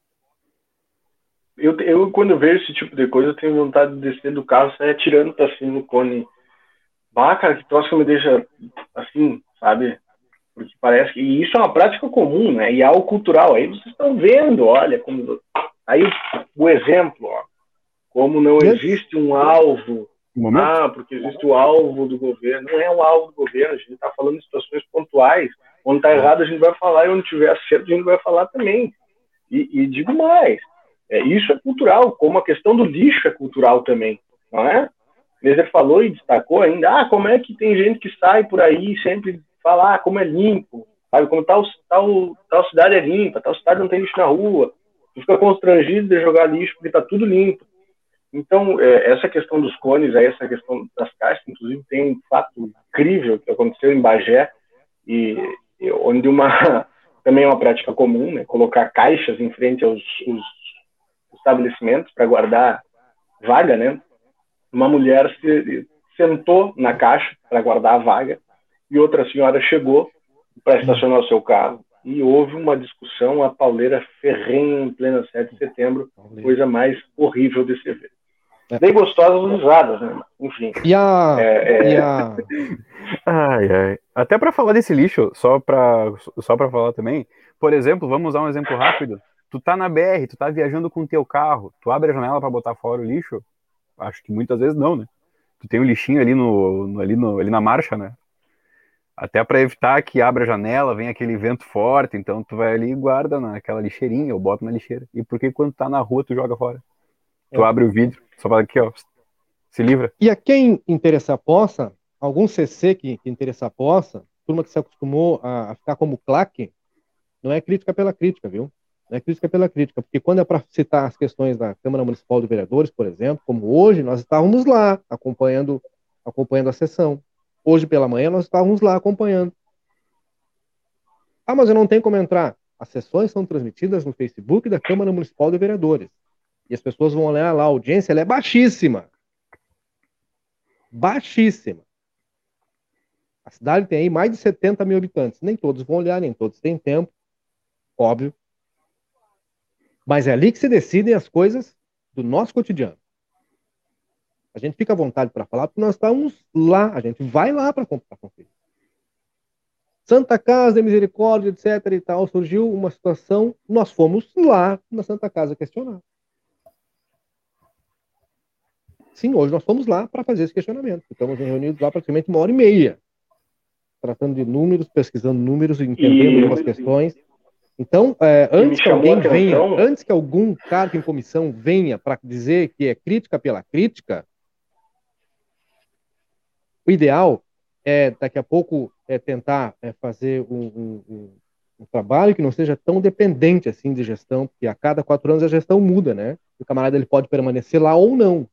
Eu quando vejo esse tipo de coisa, eu tenho vontade de descer do carro e sair atirando pra cima no cone. Cara, que troço que me deixa assim, sabe? Porque parece que... E isso é uma prática comum, né? E é algo cultural. Aí vocês estão vendo, olha, como... Aí o exemplo, ó. Como não existe um alvo, porque existe o alvo do governo. Não é um alvo do governo, a gente está falando de situações pontuais. Onde está errado a gente vai falar, e onde tiver acerto a gente vai falar também. E digo mais, isso é cultural, como a questão do lixo é cultural também, não é? Ele falou e destacou ainda, como é que tem gente que sai por aí sempre fala, como é limpo, sabe? Como tal cidade é limpa, tal cidade não tem lixo na rua. Tu fica constrangido de jogar lixo porque tá tudo limpo. Então, essa questão dos cones, essa questão das caixas, inclusive tem um fato incrível que aconteceu em Bagé, onde também é uma prática comum, né, colocar caixas em frente aos estabelecimentos para guardar vaga, né? Uma mulher se sentou na caixa para guardar a vaga e outra senhora chegou para estacionar o seu carro. E houve uma discussão, a pauleira ferrenha em plena 7 de setembro, coisa mais horrível de se ver. Bem gostosas risadas, né? Enfim. Ai. Até para falar desse lixo, só para falar também, por exemplo, vamos usar um exemplo rápido. Tu tá na BR, tu tá viajando com o teu carro, tu abre a janela para botar fora o lixo? Acho que muitas vezes não, né? Tu tem um lixinho ali na marcha, né? Até para evitar que abra a janela, venha aquele vento forte, então tu vai ali e guarda naquela lixeirinha, ou bota na lixeira. E por que quando tá na rua tu joga fora? Tu abre o vidro, só fala aqui, ó, se livra. E a quem interessar possa, algum CC que interessar possa, turma que se acostumou a ficar como claque, não é crítica pela crítica, viu? Não é crítica pela crítica, porque quando é para citar as questões da Câmara Municipal de Vereadores, por exemplo, como hoje, nós estávamos lá acompanhando a sessão. Hoje pela manhã nós estávamos lá acompanhando. Ah, mas eu não tenho como entrar. As sessões são transmitidas no Facebook da Câmara Municipal de Vereadores. E as pessoas vão olhar lá, a audiência ela é baixíssima. Baixíssima. A cidade tem aí mais de 70 mil habitantes. Nem todos vão olhar, nem todos têm tempo. Óbvio. Mas é ali que se decidem as coisas do nosso cotidiano. A gente fica à vontade para falar porque nós estamos lá. A gente vai lá para conferir. Santa Casa de Misericórdia, etc. e tal. Surgiu uma situação. Nós fomos lá na Santa Casa questionar. Sim, hoje nós fomos lá para fazer esse questionamento. Estamos reunidos lá praticamente 1h30. Tratando de números, pesquisando números, entendendo algumas questões. Então, antes que alguém venha, antes que algum cargo em comissão venha para dizer que é crítica pela crítica, o ideal é, daqui a pouco, tentar fazer um trabalho que não seja tão dependente assim de gestão, porque a cada 4 anos a gestão muda, né? O camarada ele pode permanecer lá ou não.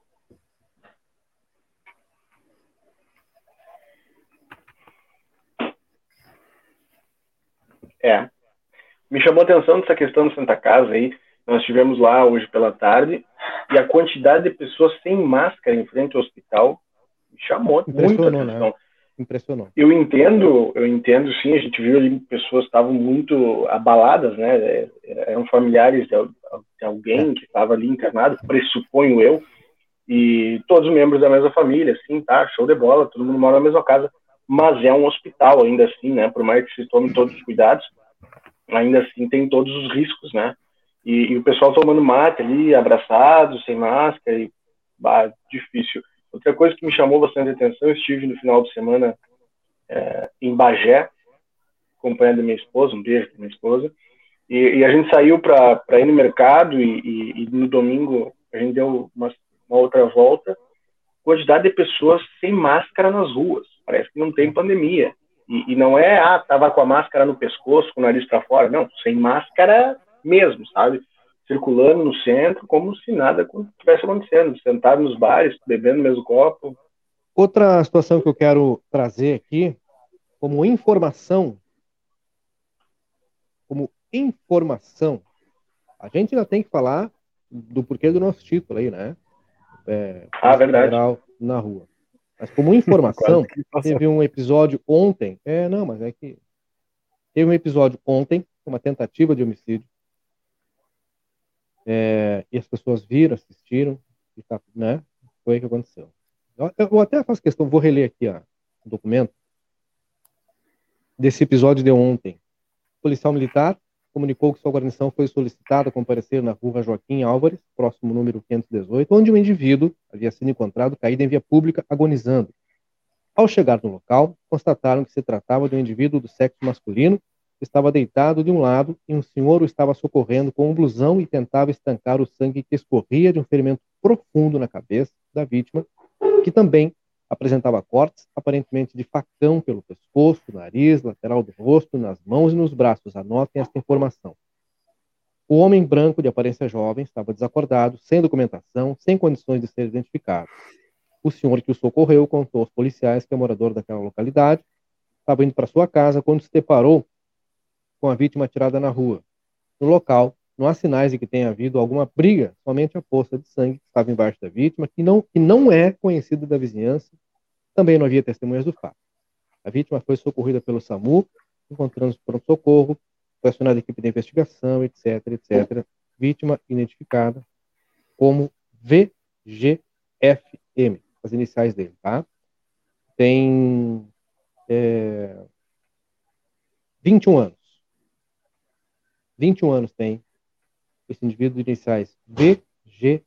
Me chamou a atenção dessa questão do Santa Casa aí. Nós estivemos lá hoje pela tarde e a quantidade de pessoas sem máscara em frente ao hospital me chamou muito a atenção. Né? Impressionou. Eu entendo sim, a gente viu ali pessoas que estavam muito abaladas, né? Eram familiares de alguém que estava ali internado, pressuponho eu, e todos membros da mesma família, assim, tá, show de bola, todo mundo mora na mesma casa, mas é um hospital ainda assim, né? Por mais que se tome todos os cuidados, ainda assim tem todos os riscos, né? E o pessoal tomando mate ali, abraçado, sem máscara, e difícil. Outra coisa que me chamou bastante atenção, eu estive no final de semana em Bagé, acompanhando a minha esposa, um beijo para minha esposa, e a gente saiu para ir no mercado e no domingo a gente deu uma outra volta, quantidade de pessoas sem máscara nas ruas, parece que não tem pandemia. E não é, tava com a máscara no pescoço, com o nariz para fora. Não, sem máscara mesmo, sabe? Circulando no centro como se nada estivesse acontecendo. Sentado nos bares, bebendo no mesmo copo. Outra situação que eu quero trazer aqui, como informação, a gente ainda tem que falar do porquê do nosso título aí, né? Verdade. Na rua. Mas como informação, teve um episódio ontem, teve um episódio ontem, uma tentativa de homicídio, e as pessoas viram, assistiram, e tá, né? Foi o que aconteceu. Eu até faço questão, vou reler aqui o documento desse episódio de ontem. O policial militar comunicou que sua guarnição foi solicitada a comparecer na rua Joaquim Álvares, próximo número 518, onde um indivíduo havia sido encontrado caído em via pública agonizando. Ao chegar no local, constataram que se tratava de um indivíduo do sexo masculino que estava deitado de um lado e um senhor o estava socorrendo com um blusão e tentava estancar o sangue que escorria de um ferimento profundo na cabeça da vítima, que também apresentava cortes, aparentemente de facão pelo pescoço, nariz, lateral do rosto, nas mãos e nos braços. Anotem esta informação. O homem branco, de aparência jovem, estava desacordado, sem documentação, sem condições de ser identificado. O senhor que o socorreu contou aos policiais que é morador daquela localidade, estava indo para sua casa quando se deparou com a vítima atirada na rua. No local, não há sinais de que tenha havido alguma briga, somente a poça de sangue que estava embaixo da vítima, que não é conhecida da vizinhança. Também não havia testemunhas do fato. A vítima foi socorrida pelo SAMU, encontrando pronto-socorro, foi acionada a equipe de investigação, etc, etc. Vítima identificada como VGFM, as iniciais dele, tá? Tem 21 anos. 21 anos tem esse indivíduo de iniciais VGFM.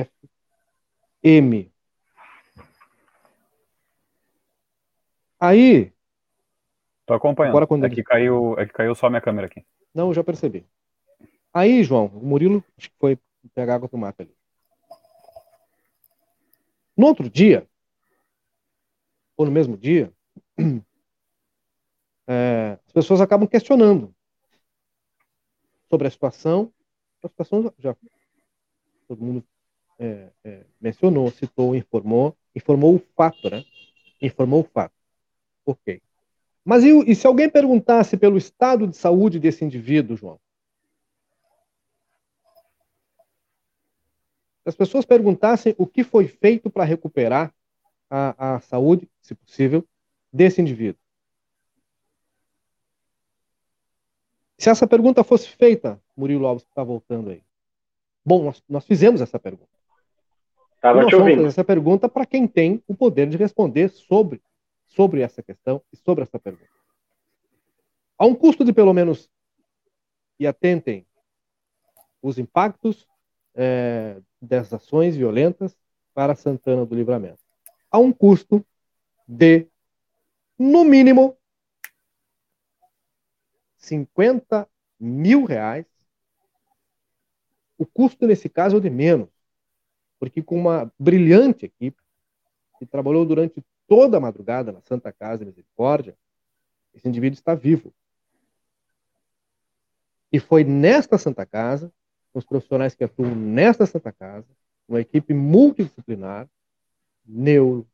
Aí... Tô acompanhando. Agora, quando que caiu só minha câmera aqui. Não, eu já percebi. Aí, João, o Murilo acho que foi pegar água pro mato ali. No outro dia, ou no mesmo dia, as pessoas acabam questionando sobre a situação. A situação já todo mundo mencionou, citou, informou o fato, né? Informou o fato. Ok. Mas e se alguém perguntasse pelo estado de saúde desse indivíduo, João? Se as pessoas perguntassem o que foi feito para recuperar a saúde, se possível, desse indivíduo. Se essa pergunta fosse feita, Murilo Alves que está voltando aí. Bom, nós fizemos essa pergunta. Estava te ouvindo. Fazer essa pergunta para quem tem o poder de responder sobre essa questão e sobre essa pergunta. Há um custo de pelo menos, e atentem, os impactos dessas ações violentas para Santana do Livramento. Há um custo de, no mínimo, R$50 mil. O custo, nesse caso, é o de menos. Porque com uma brilhante equipe, que trabalhou durante toda a madrugada na Santa Casa de Misericórdia, esse indivíduo está vivo. E foi nesta Santa Casa, com os profissionais que atuam nesta Santa Casa, uma equipe multidisciplinar, neuro,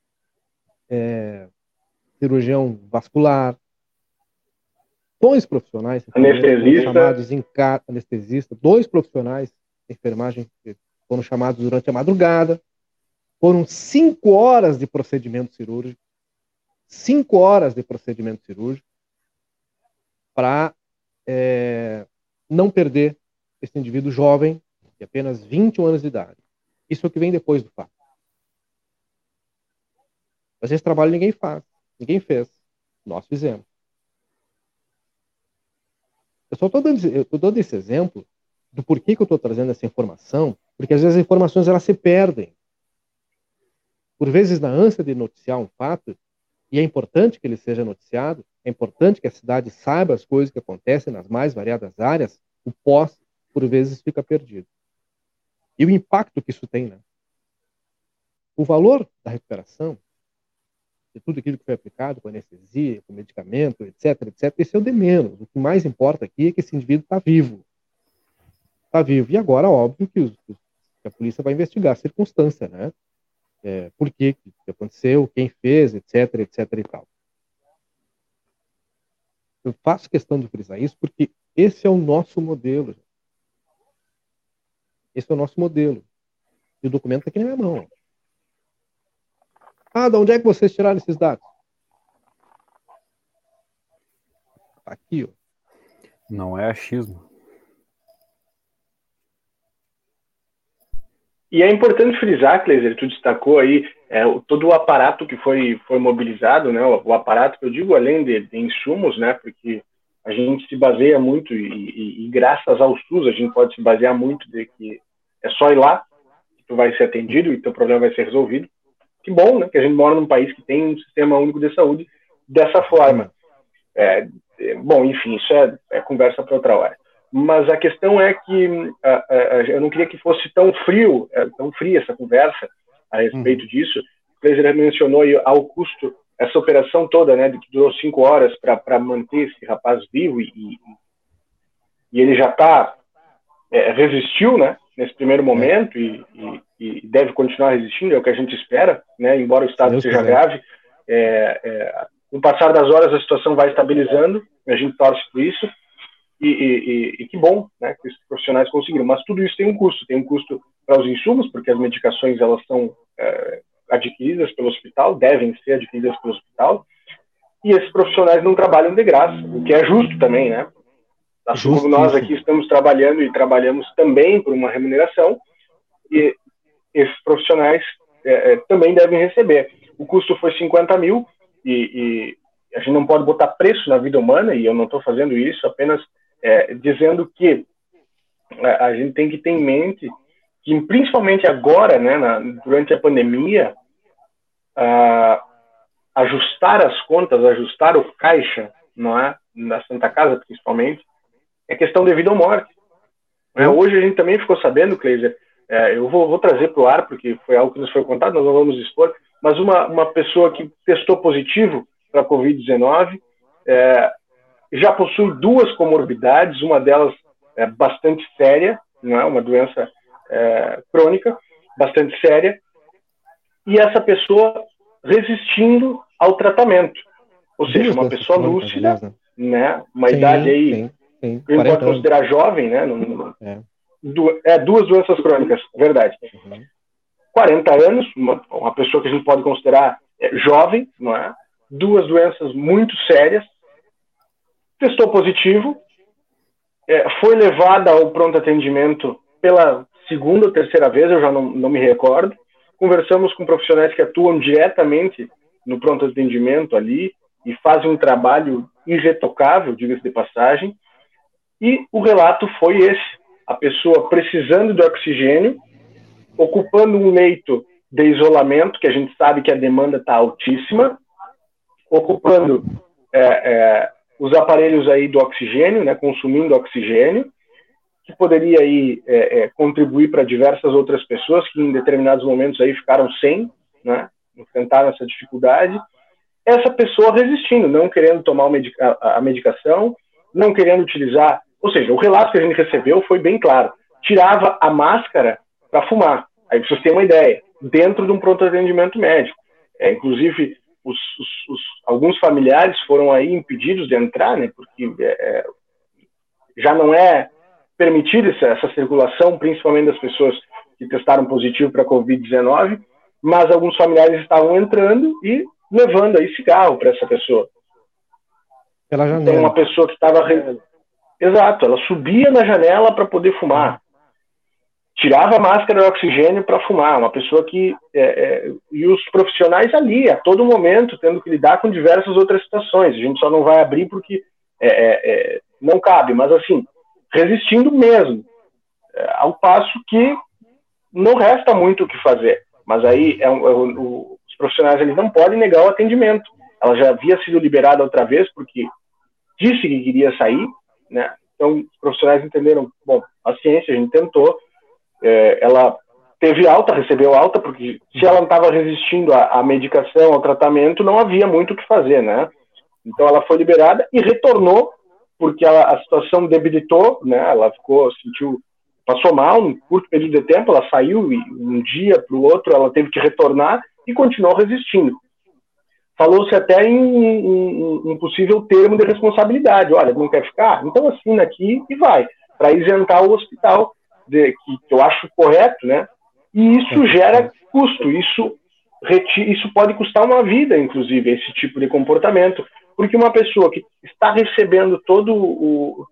cirurgião vascular, dois profissionais, anestesista, dois profissionais de enfermagem que foram chamados durante a madrugada. Foram 5 horas de procedimento cirúrgico. 5 horas de procedimento cirúrgico para não perder esse indivíduo jovem, de apenas 21 anos de idade. Isso é o que vem depois do fato. Mas esse trabalho ninguém faz. Ninguém fez. Nós fizemos. Eu só estou dando esse exemplo do porquê que eu estou trazendo essa informação, porque às vezes as informações elas se perdem. Por vezes, na ânsia de noticiar um fato, e é importante que ele seja noticiado, é importante que a cidade saiba as coisas que acontecem nas mais variadas áreas, o pós, por vezes, fica perdido. E o impacto que isso tem, né? O valor da recuperação, de tudo aquilo que foi aplicado, com anestesia, com medicamento, etc., esse é o de menos. O que mais importa aqui é que esse indivíduo está vivo. Está vivo. E agora, óbvio, que a polícia vai investigar a circunstância, né? Por que aconteceu, quem fez, etc e tal. Eu faço questão de frisar isso porque esse é o nosso modelo. Esse é o nosso modelo. E o documento está aqui na minha mão. De onde é que vocês tiraram esses dados? Está aqui, ó. Não é achismo. E é importante frisar, Cleiser, tu destacou aí todo o aparato que foi mobilizado, né? O aparato que eu digo, além de insumos, né? Porque a gente se baseia muito, e graças ao SUS a gente pode se basear muito de que é só ir lá, que tu vai ser atendido e teu problema vai ser resolvido. Que bom, né? Que a gente mora num país que tem um sistema único de saúde dessa forma. Bom, enfim, isso é conversa para outra hora. Mas a questão é que eu não queria que fosse tão fria essa conversa a respeito disso, Kleiser mencionou aí ao custo, essa operação toda, né, que durou 5 horas para manter esse rapaz vivo e ele já resistiu, né, nesse primeiro momento e deve continuar resistindo, é o que a gente espera, né, embora o estado seja grave. Com o passar das horas a situação vai estabilizando, a gente torce por isso e que bom, né, que os profissionais conseguiram. Mas tudo isso tem um custo para os insumos, porque as medicações elas são adquiridas pelo hospital, devem ser adquiridas pelo hospital, e esses profissionais não trabalham de graça, o que é justo também, né? Assim como nós aqui estamos trabalhando e trabalhamos também por uma remuneração, e esses profissionais também devem receber. O custo foi 50 mil, e a gente não pode botar preço na vida humana, e eu não estou fazendo isso, apenas dizendo que a gente tem que ter em mente que, principalmente agora, né, durante a pandemia, ajustar as contas, ajustar o caixa, não é? Na Santa Casa, principalmente, é questão de vida ou morte. Hoje a gente também ficou sabendo, Kleiser, eu vou trazer para o ar, porque foi algo que nos foi contado, nós não vamos expor, mas uma pessoa que testou positivo para a Covid-19 já possui 2 comorbidades, uma delas é bastante séria, não é? Uma doença crônica, bastante séria, e essa pessoa resistindo ao tratamento. Ou seja, uma pessoa lúcida, né? Uma idade aí, sim, a gente pode considerar jovem, né? 2 doenças crônicas, verdade. 40 anos, uma pessoa que a gente pode considerar jovem, não é? 2 doenças muito sérias, testou positivo, foi levada ao pronto atendimento pela 2ª ou 3ª vez, eu já não me recordo. Conversamos com profissionais que atuam diretamente no pronto atendimento ali e fazem um trabalho irretocável, diga-se de passagem, e o relato foi esse: a pessoa precisando de oxigênio, ocupando um leito de isolamento, que a gente sabe que a demanda está altíssima, ocupando os aparelhos aí do oxigênio, né, consumindo oxigênio, que poderia aí contribuir para diversas outras pessoas que em determinados momentos aí ficaram sem, né, enfrentaram essa dificuldade. Essa pessoa resistindo, não querendo tomar a medicação, não querendo utilizar, ou seja, o relato que a gente recebeu foi bem claro: tirava a máscara para fumar. Aí vocês têm uma ideia, dentro de um pronto atendimento médico. Inclusive, alguns familiares foram aí impedidos de entrar, né, porque já não é permitida essa circulação, principalmente das pessoas que testaram positivo para a Covid-19, mas alguns familiares estavam entrando e levando aí cigarro para essa pessoa. Pela janela. Tem uma pessoa que estava... Exato, ela subia na janela para poder fumar. Tirava a máscara de oxigênio para fumar. Uma pessoa que... e os profissionais ali, a todo momento, tendo que lidar com diversas outras situações. A gente só não vai abrir porque não cabe, mas assim, resistindo mesmo. Ao passo que não resta muito o que fazer. Mas aí os profissionais eles não podem negar o atendimento. Ela já havia sido liberada outra vez porque disse que queria sair, né? Então os profissionais entenderam, bom, paciência, a gente tentou. Ela teve alta, recebeu alta, porque se ela não estava resistindo à medicação, ao tratamento, não havia muito o que fazer, né? Então ela foi liberada e retornou, porque a situação debilitou, né? Ela passou mal num curto período de tempo, ela saiu e um dia para o outro ela teve que retornar e continuou resistindo. Falou-se até em um possível termo de responsabilidade. Olha, não quer ficar? Então assina aqui e vai, para isentar o hospital, que eu acho correto, né? E isso gera custo, isso pode custar uma vida, inclusive, esse tipo de comportamento, porque uma pessoa que está recebendo todo o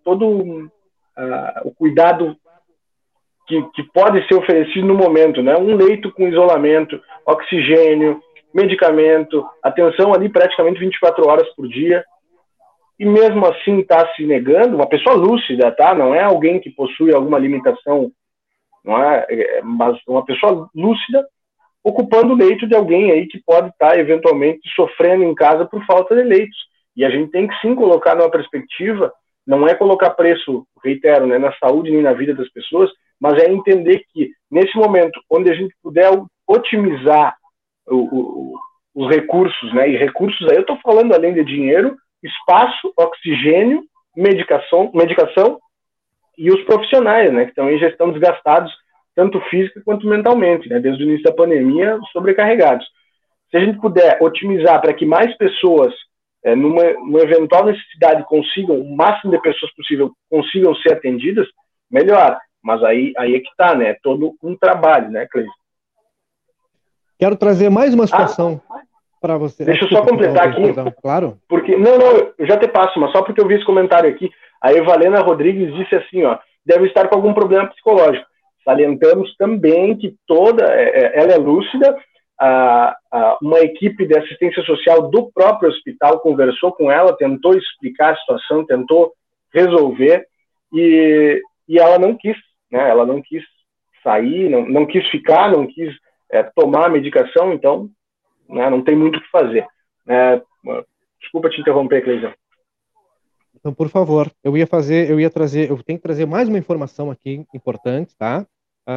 cuidado que pode ser oferecido no momento, né? Um leito com isolamento, oxigênio, medicamento, atenção ali praticamente 24 horas por dia, e mesmo assim está se negando, uma pessoa lúcida, tá? Não é alguém que possui alguma limitação, não é? Mas uma pessoa lúcida ocupando o leito de alguém aí que pode estar eventualmente sofrendo em casa por falta de leitos. E a gente tem que sim colocar numa perspectiva, não é colocar preço, reitero, né, na saúde nem na vida das pessoas, mas é entender que nesse momento onde a gente puder otimizar os recursos, né? E recursos aí eu estou falando além de dinheiro, espaço, oxigênio, medicação e os profissionais, né? Que também já estão desgastados, tanto física quanto mentalmente, né? Desde o início da pandemia, sobrecarregados. Se a gente puder otimizar para que mais pessoas, numa eventual necessidade, consigam, o máximo de pessoas possível, consigam ser atendidas, melhor. Mas aí é que está, né? É todo um trabalho, né, Cleison? Quero trazer mais uma situação para você. Deixa eu só completar aqui. Perdão, claro. Porque, não, eu já te passo, mas só porque eu vi esse comentário aqui. A Evalena Rodrigues disse assim, ó, deve estar com algum problema psicológico. Salientamos também que ela é lúcida, uma equipe de assistência social do próprio hospital conversou com ela, tentou explicar a situação, tentou resolver, e ela não quis, né? Ela não quis sair, não quis ficar, não quis tomar a medicação, então, né, não tem muito o que fazer. Desculpa te interromper, Cleison. Então, por favor, eu tenho que trazer mais uma informação aqui importante, tá?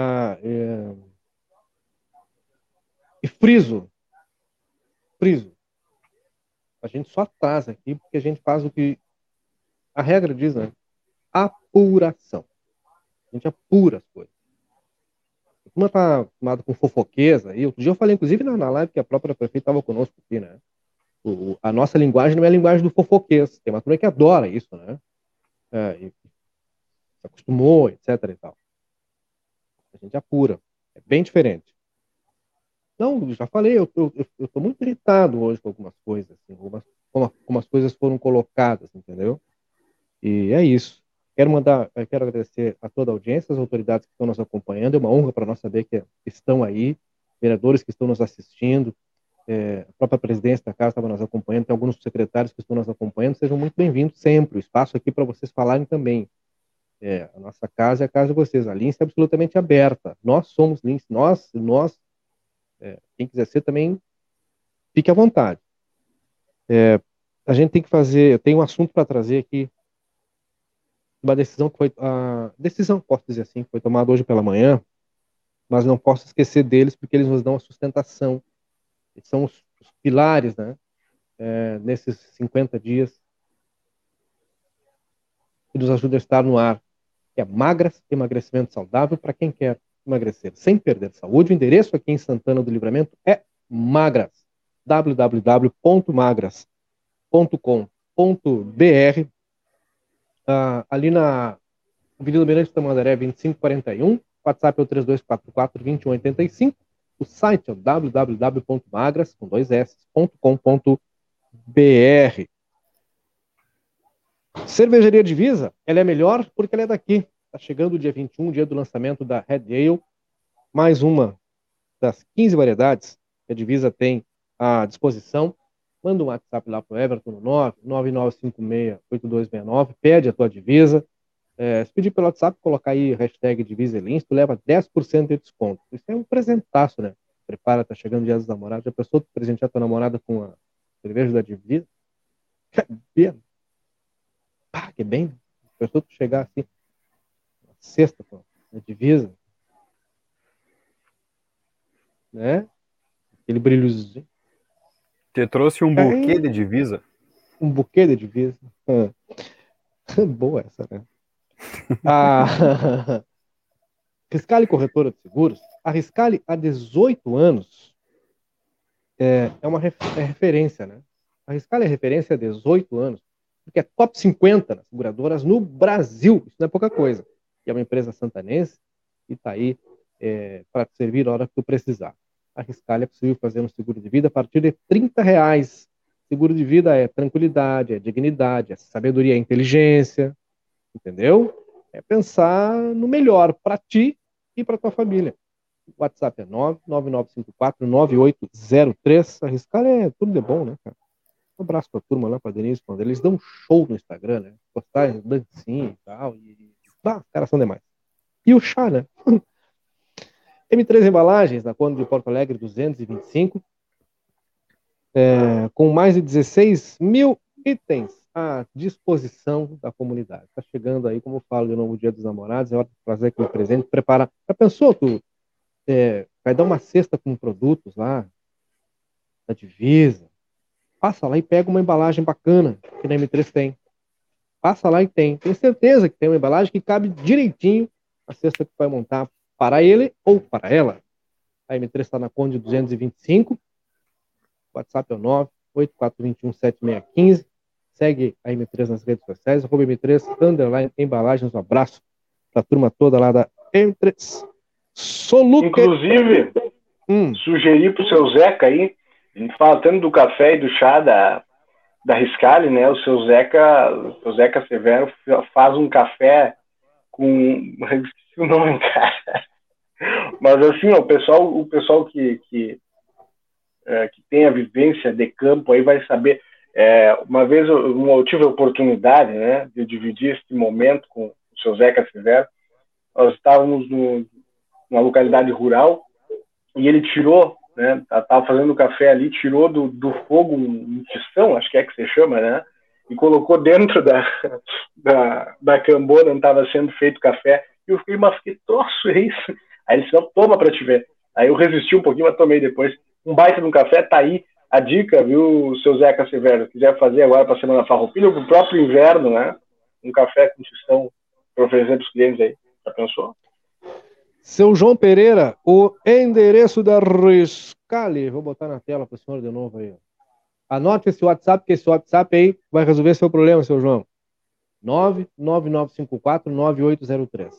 E friso. A gente só traz aqui porque a gente faz o que a regra diz, né? Apuração. A gente apura as coisas. A turma tá acostumada com fofoqueza aí. Outro dia eu falei, inclusive, na live que a própria prefeita estava conosco aqui, né? A nossa linguagem não é a linguagem do fofoquês. Tem uma turma que adora isso, né? E se acostumou, etc. e tal. A gente apura. É bem diferente. Não, já falei, eu tô muito irritado hoje com algumas coisas, assim, como as coisas foram colocadas, entendeu? E é isso. Quero agradecer a toda a audiência, as autoridades que estão nos acompanhando. É uma honra para nós saber que estão aí, vereadores que estão nos assistindo, a própria presidência da casa estava nos acompanhando, tem alguns secretários que estão nos acompanhando. Sejam muito bem-vindos sempre. O espaço aqui para vocês falarem também. A nossa casa é a casa de vocês. A Lince é absolutamente aberta. Nós somos Lince. Nós quem quiser ser também, fique à vontade. A gente tem que fazer, eu tenho um assunto para trazer aqui, uma decisão que foi, posso dizer assim, que foi tomada hoje pela manhã, mas não posso esquecer deles porque eles nos dão a sustentação. Eles são os pilares, né, nesses 50 dias que nos ajuda a estar no ar. Que é Magras, emagrecimento saudável para quem quer emagrecer sem perder saúde. O endereço aqui em Santana do Livramento é Magras, www.magras.com.br, ali na Avenida Mirante Tamandaré 2541, WhatsApp é o 3244-2185, o site é o www.magras.com.br. Cervejaria Divisa, ela é melhor porque ela é daqui. Está chegando o dia 21, dia do lançamento da Red Ale, mais uma das 15 variedades que a Divisa tem à disposição. Manda um WhatsApp lá para o Everton no 999568269, pede a tua Divisa. Se pedir pelo WhatsApp, colocar aí hashtag Diviselins, tu leva 10% de desconto. Isso é um presentaço, né? Prepara, tá chegando o dia dos namorados. Já pensou tu presentear tua namorada com a cerveja da Divisa? Que bem. Pensou tu chegar assim, uma cesta com a Divisa, né? Aquele brilhozinho. Te trouxe um buquê de divisa? Um buquê de divisa. Boa essa, né? A Riscale Corretora de Seguros. A Riscale, há 18 anos, é uma referência, né? A Riscale é referência há 18 anos, porque é top 50 nas seguradoras no Brasil. Isso não é pouca coisa. E é uma empresa santanense e está aí para te servir na hora que tu precisar. A Riscale é possível fazer um seguro de vida a partir de R$30. Seguro de vida é tranquilidade, é dignidade, é sabedoria, é inteligência, entendeu? É pensar no melhor para ti e para tua família. O WhatsApp é 999549803. A Riscale é tudo de bom, né, cara? Um abraço pra turma lá, pra Denise, quando eles dão um show no Instagram, né? Postagem, dancinha e tal. Os caras são demais. E o chá, né? M3 Embalagens, na Conde de Porto Alegre 225, com mais de 16 mil itens à disposição da comunidade. Está chegando aí, como eu falo, de novo Dia dos Namorados, é hora de trazer aquele presente, preparar. Já pensou, tu vai dar uma cesta com produtos lá, da divisa, passa lá e pega uma embalagem bacana que na M3 tem. Passa lá e tem. Tenho certeza que tem uma embalagem que cabe direitinho a cesta que vai montar para ele ou para ela. A M3 está na Conde 225. O WhatsApp é o 984217615. Segue a M3 nas redes sociais, @M3 _embalagens. Um abraço para a turma toda lá da M3. Soluque. Inclusive, sugeri pro seu Zeca aí, a gente fala tanto do café e do chá da Riscali, né? O seu Zeca Severo faz um café com... esqueci o nome, cara. Mas assim, ó, o pessoal que tem a vivência de campo aí vai saber. Uma vez eu tive a oportunidade, né, de dividir esse momento com o seu Zeca Severo. Nós estávamos numa localidade rural e ele tirou, né, estava fazendo café ali, tirou do fogo um tição, acho que se chama, né, e colocou dentro da cambona onde estava sendo feito café. E eu fiquei, mas que troço é isso? Aí ele disse, não, toma para te ver. Aí eu resisti um pouquinho, mas tomei depois. Um baita de um café, tá aí a dica, viu, seu Zeca Severo? Se quiser fazer agora para a Semana Farroupilha ou para o próprio inverno, né? Um café com tição para oferecer para os clientes aí. Já pensou? Seu João Pereira, o endereço da Riscali. Vou botar na tela para o senhor de novo aí. Anote esse WhatsApp, que esse WhatsApp aí vai resolver seu problema, seu João. 99954-9803.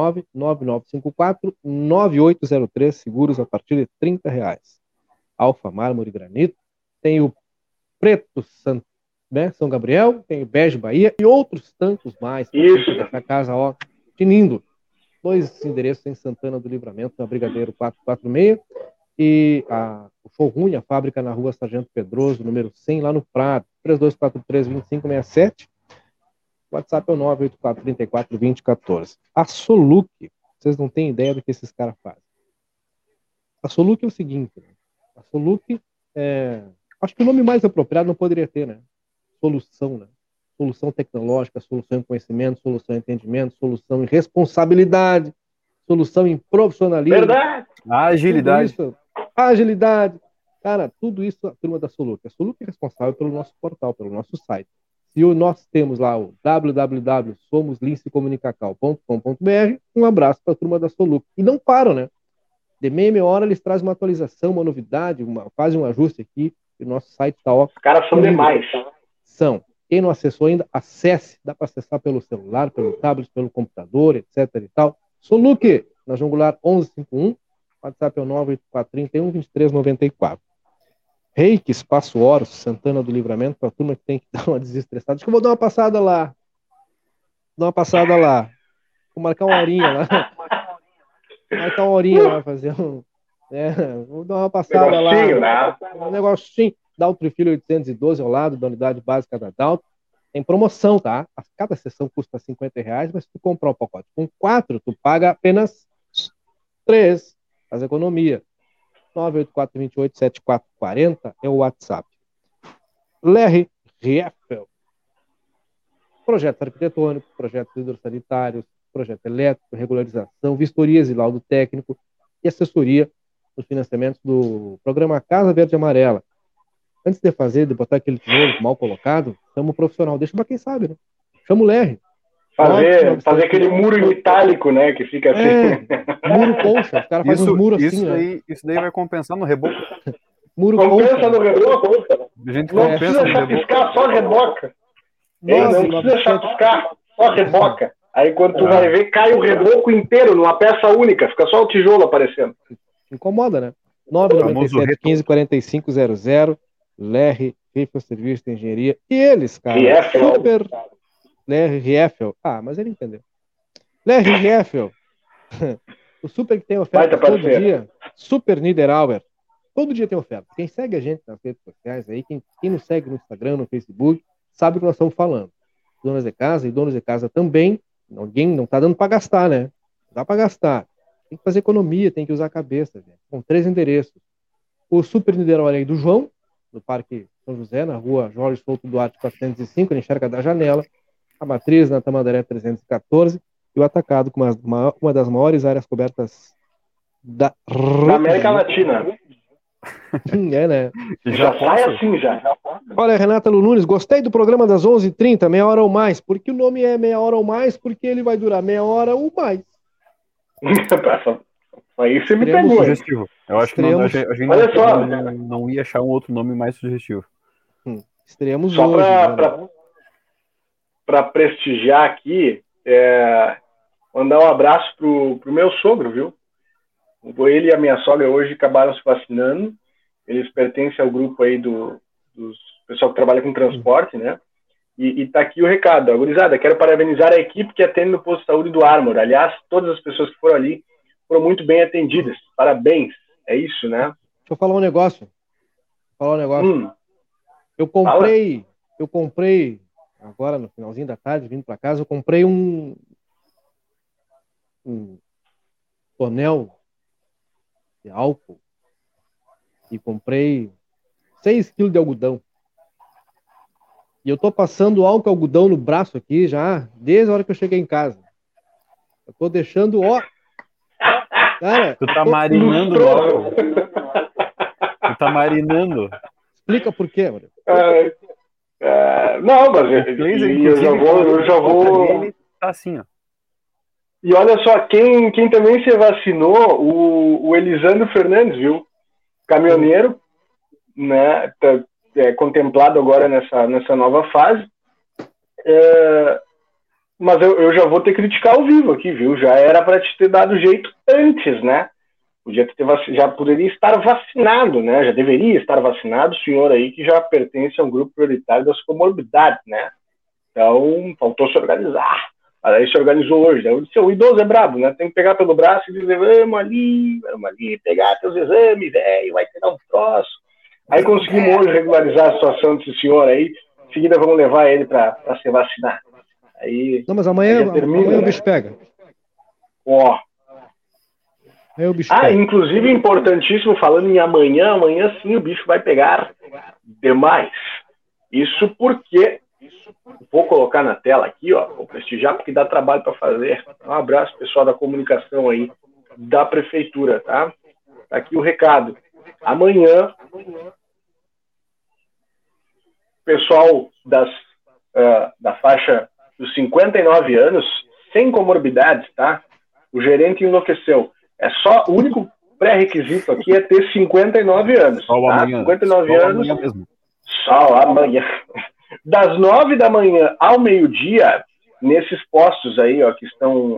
99954-9803. Seguros a partir de R$30. Alfa, mármore e granito. Tem o preto São Gabriel, tem o bege Bahia e outros tantos mais. Isso. Essa casa, ó, tinindo. 2 endereços em Santana do Livramento, na Brigadeiro 446. E o showroom, a fábrica na Rua Sargento Pedroso, número 100, lá no Prado. 3243-2567. O WhatsApp é o 98434-2014. A Soluque, vocês não têm ideia do que esses caras fazem. A Soluque é o seguinte, né? A Soluque acho que o nome mais apropriado não poderia ter, né? Solução, né? Solução tecnológica, solução em conhecimento, solução em entendimento, solução em responsabilidade, solução em profissionalismo. Verdade! Agilidade. Agilidade. Cara, tudo isso a turma da Soluque. A Soluque é responsável pelo nosso portal, pelo nosso site. E nós temos lá o www.somoslincecomunicacau.com.br. Um abraço para a turma da Soluque. E não param, né? De meia hora eles trazem uma atualização, uma novidade, fazem um ajuste aqui. E o nosso site está ó. Os caras são demais. São. Quem não acessou ainda, acesse. Dá para acessar pelo celular, pelo tablet, pelo computador, etc. e tal. Soluque, na João Goulart 1151. WhatsApp é o 98431-2394. Reiki, Espaço Horus, Santana do Livramento, para a turma que tem que dar uma desestressada. Acho que eu vou dar uma passada lá. Vou marcar uma horinha lá. Fazer um... vou dar uma passada lá. Né? Um negocinho. Daltro Filho 812 ao lado da unidade básica da Daltro. Tem promoção, tá? Cada sessão custa R$50, mas se tu comprar um pacote com 4, tu paga apenas 3. Faz economia. 984287440 é o WhatsApp. Lerre Rieffel. Projetos arquitetônicos, projetos hidrossanitários, projeto elétrico, regularização, vistorias e laudo técnico e assessoria nos financiamentos do programa Casa Verde e Amarela. Antes de botar aquele tijolo mal colocado, chama o profissional. Deixa pra quem sabe, né? Chama o Lerre. Fazer aquele muro em itálico, né? Que fica assim. Muro concha. Os caras fazem uns muros assim, né? Isso daí vai compensar no reboco. Muro compensa concha. No reboco. A gente não compensa precisa chapiscar, só reboca. Não precisa chapiscar, só reboca. Aí quando tu vai ver, cai o reboco inteiro numa peça única. Fica só o tijolo aparecendo. Incomoda, né? 997-15-4500. Lerre Rieffel Serviço de Engenharia. E eles, cara, super... Lerre Rieffel. Mas ele entendeu. Lerre Rieffel. O super que tem oferta todo dia. Super Niederauer. Todo dia tem oferta. Quem segue a gente nas redes sociais aí, quem nos segue no Instagram, no Facebook, sabe o que nós estamos falando. Donas de casa e donos de casa também. Alguém não está dando para gastar, né? Não dá para gastar. Tem que fazer economia, tem que usar a cabeça. Né? Com 3 endereços. O Super Niederauer aí do João, no Parque São José, na rua Jorge Souto Duarte 405, ele enxerga da janela. A Matriz na Tamandaré 314 e o Atacado com uma das maiores áreas cobertas da América Latina. É, né? Já sai posso? assim, já posso. Olha, Renata Lu Nunes, gostei do programa das 11h30, meia hora ou mais. Por que o nome é meia hora ou mais? Porque ele vai durar meia hora ou mais. Aí você me Extremos pegou, hein? Sugestivo. Eu acho que não, a Extremos. gente Olha só. não ia achar um outro nome mais sugestivo. Estreamos Só hoje. né? para prestigiar aqui, mandar um abraço pro meu sogro, viu? Ele e a minha sogra hoje acabaram se vacinando. Eles pertencem ao grupo aí dos pessoal que trabalha com transporte, né? E tá aqui o recado. Gurizada, quero parabenizar a equipe que atende no posto de saúde do Armor. Aliás, todas as pessoas que foram ali foram muito bem atendidas. Parabéns. É isso, né? Deixa eu falar um negócio. Eu comprei, agora no finalzinho da tarde, vindo para casa, eu comprei um tonel de álcool e comprei 6 quilos de algodão. E eu tô passando álcool e algodão no braço aqui já, desde a hora que eu cheguei em casa. Eu tô deixando, Cara, Tu tá marinando no álcool. Tu tá marinando. Explica por quê, mano. Não, mas eu já vou. Ele tá assim, ó. E olha só, quem também se vacinou, o Elisandro Fernandes, viu? Caminhoneiro, né? Tá, contemplado agora nessa nova fase. Mas eu já vou ter que criticar ao vivo aqui, viu? Já era para te ter dado jeito antes, né? Já poderia estar vacinado, né? Já deveria estar vacinado o senhor aí que já pertence a um grupo prioritário das comorbidades, né? Então, faltou se organizar. Aí se organizou hoje. Eu disse, o idoso é brabo, né? Tem que pegar pelo braço e dizer, vamos ali, pegar teus exames, velho, vai ter um troço. Aí conseguimos hoje regularizar a situação desse senhor aí. Em seguida vamos levar ele para ser vacinado. Aí, não, mas amanhã o bicho pega. Aí o bicho pega. Inclusive, importantíssimo, falando em amanhã sim o bicho vai pegar demais. Isso porque, vou colocar na tela aqui, vou prestigiar porque dá trabalho para fazer. Um abraço, pessoal da comunicação aí, da prefeitura, tá? Tá aqui o recado. Amanhã, pessoal da faixa dos 59 anos, sem comorbidades, tá? O gerente enlouqueceu. O único pré-requisito aqui é ter 59 anos. Só tá? amanhã. 59 Só anos. Amanhã mesmo. Só amanhã. Das 9 da manhã ao meio-dia, nesses postos aí, que estão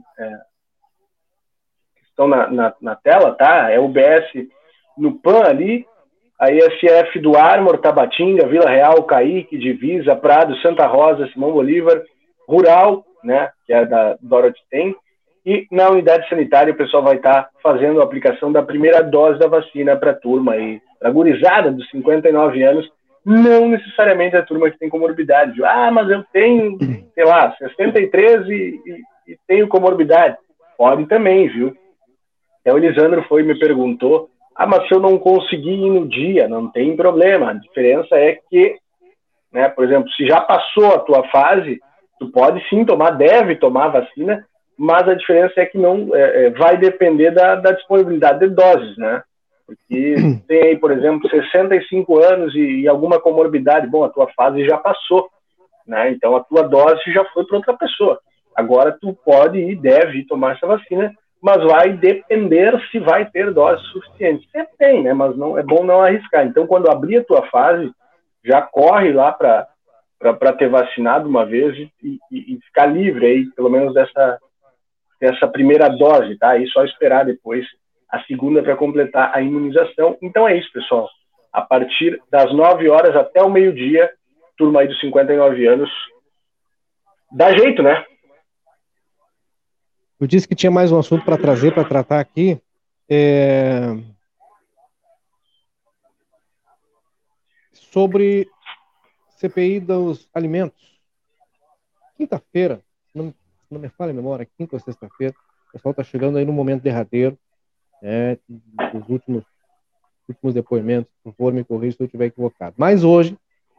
na tela, tá? É o UBS no PAN ali, a ISF do Armor, Tabatinga, Vila Real, Caíque, Divisa, Prado, Santa Rosa, Simão Bolívar, Rural, né, que é da Dorothy Tem, e na unidade sanitária o pessoal vai estar fazendo a aplicação da primeira dose da vacina para a turma aí, a gurizada dos 59 anos, não necessariamente a turma que tem comorbidade. Mas eu tenho, sei lá, 63 e tenho comorbidade. Pode também, viu? Até o Elisandro foi e me perguntou, mas se eu não conseguir ir no dia, não tem problema. A diferença é que, né, por exemplo, se já passou a tua fase, tu pode sim deve tomar a vacina, mas a diferença é que não vai depender da disponibilidade de doses, né? Porque tem aí, por exemplo, 65 anos e alguma comorbidade, a tua fase já passou, né? Então a tua dose já foi para outra pessoa. Agora tu pode e deve ir tomar essa vacina, mas vai depender se vai ter dose suficiente. Sempre tem, né? Mas não, é bom não arriscar. Então, quando abrir a tua fase, já corre lá para ter vacinado uma vez e ficar livre aí, pelo menos dessa primeira dose, tá? E só esperar depois a segunda para completar a imunização. Então é isso, pessoal. A partir das 9 horas até o meio-dia, turma aí dos 59 anos, dá jeito, né? Eu disse que tinha mais um assunto para trazer, para tratar aqui. Sobre CPI dos alimentos. Quinta-feira, não me falha a memória, quinta ou sexta-feira, o pessoal está chegando aí no momento derradeiro, dos últimos depoimentos. Por favor, me corrija se eu estiver equivocado. Mas hoje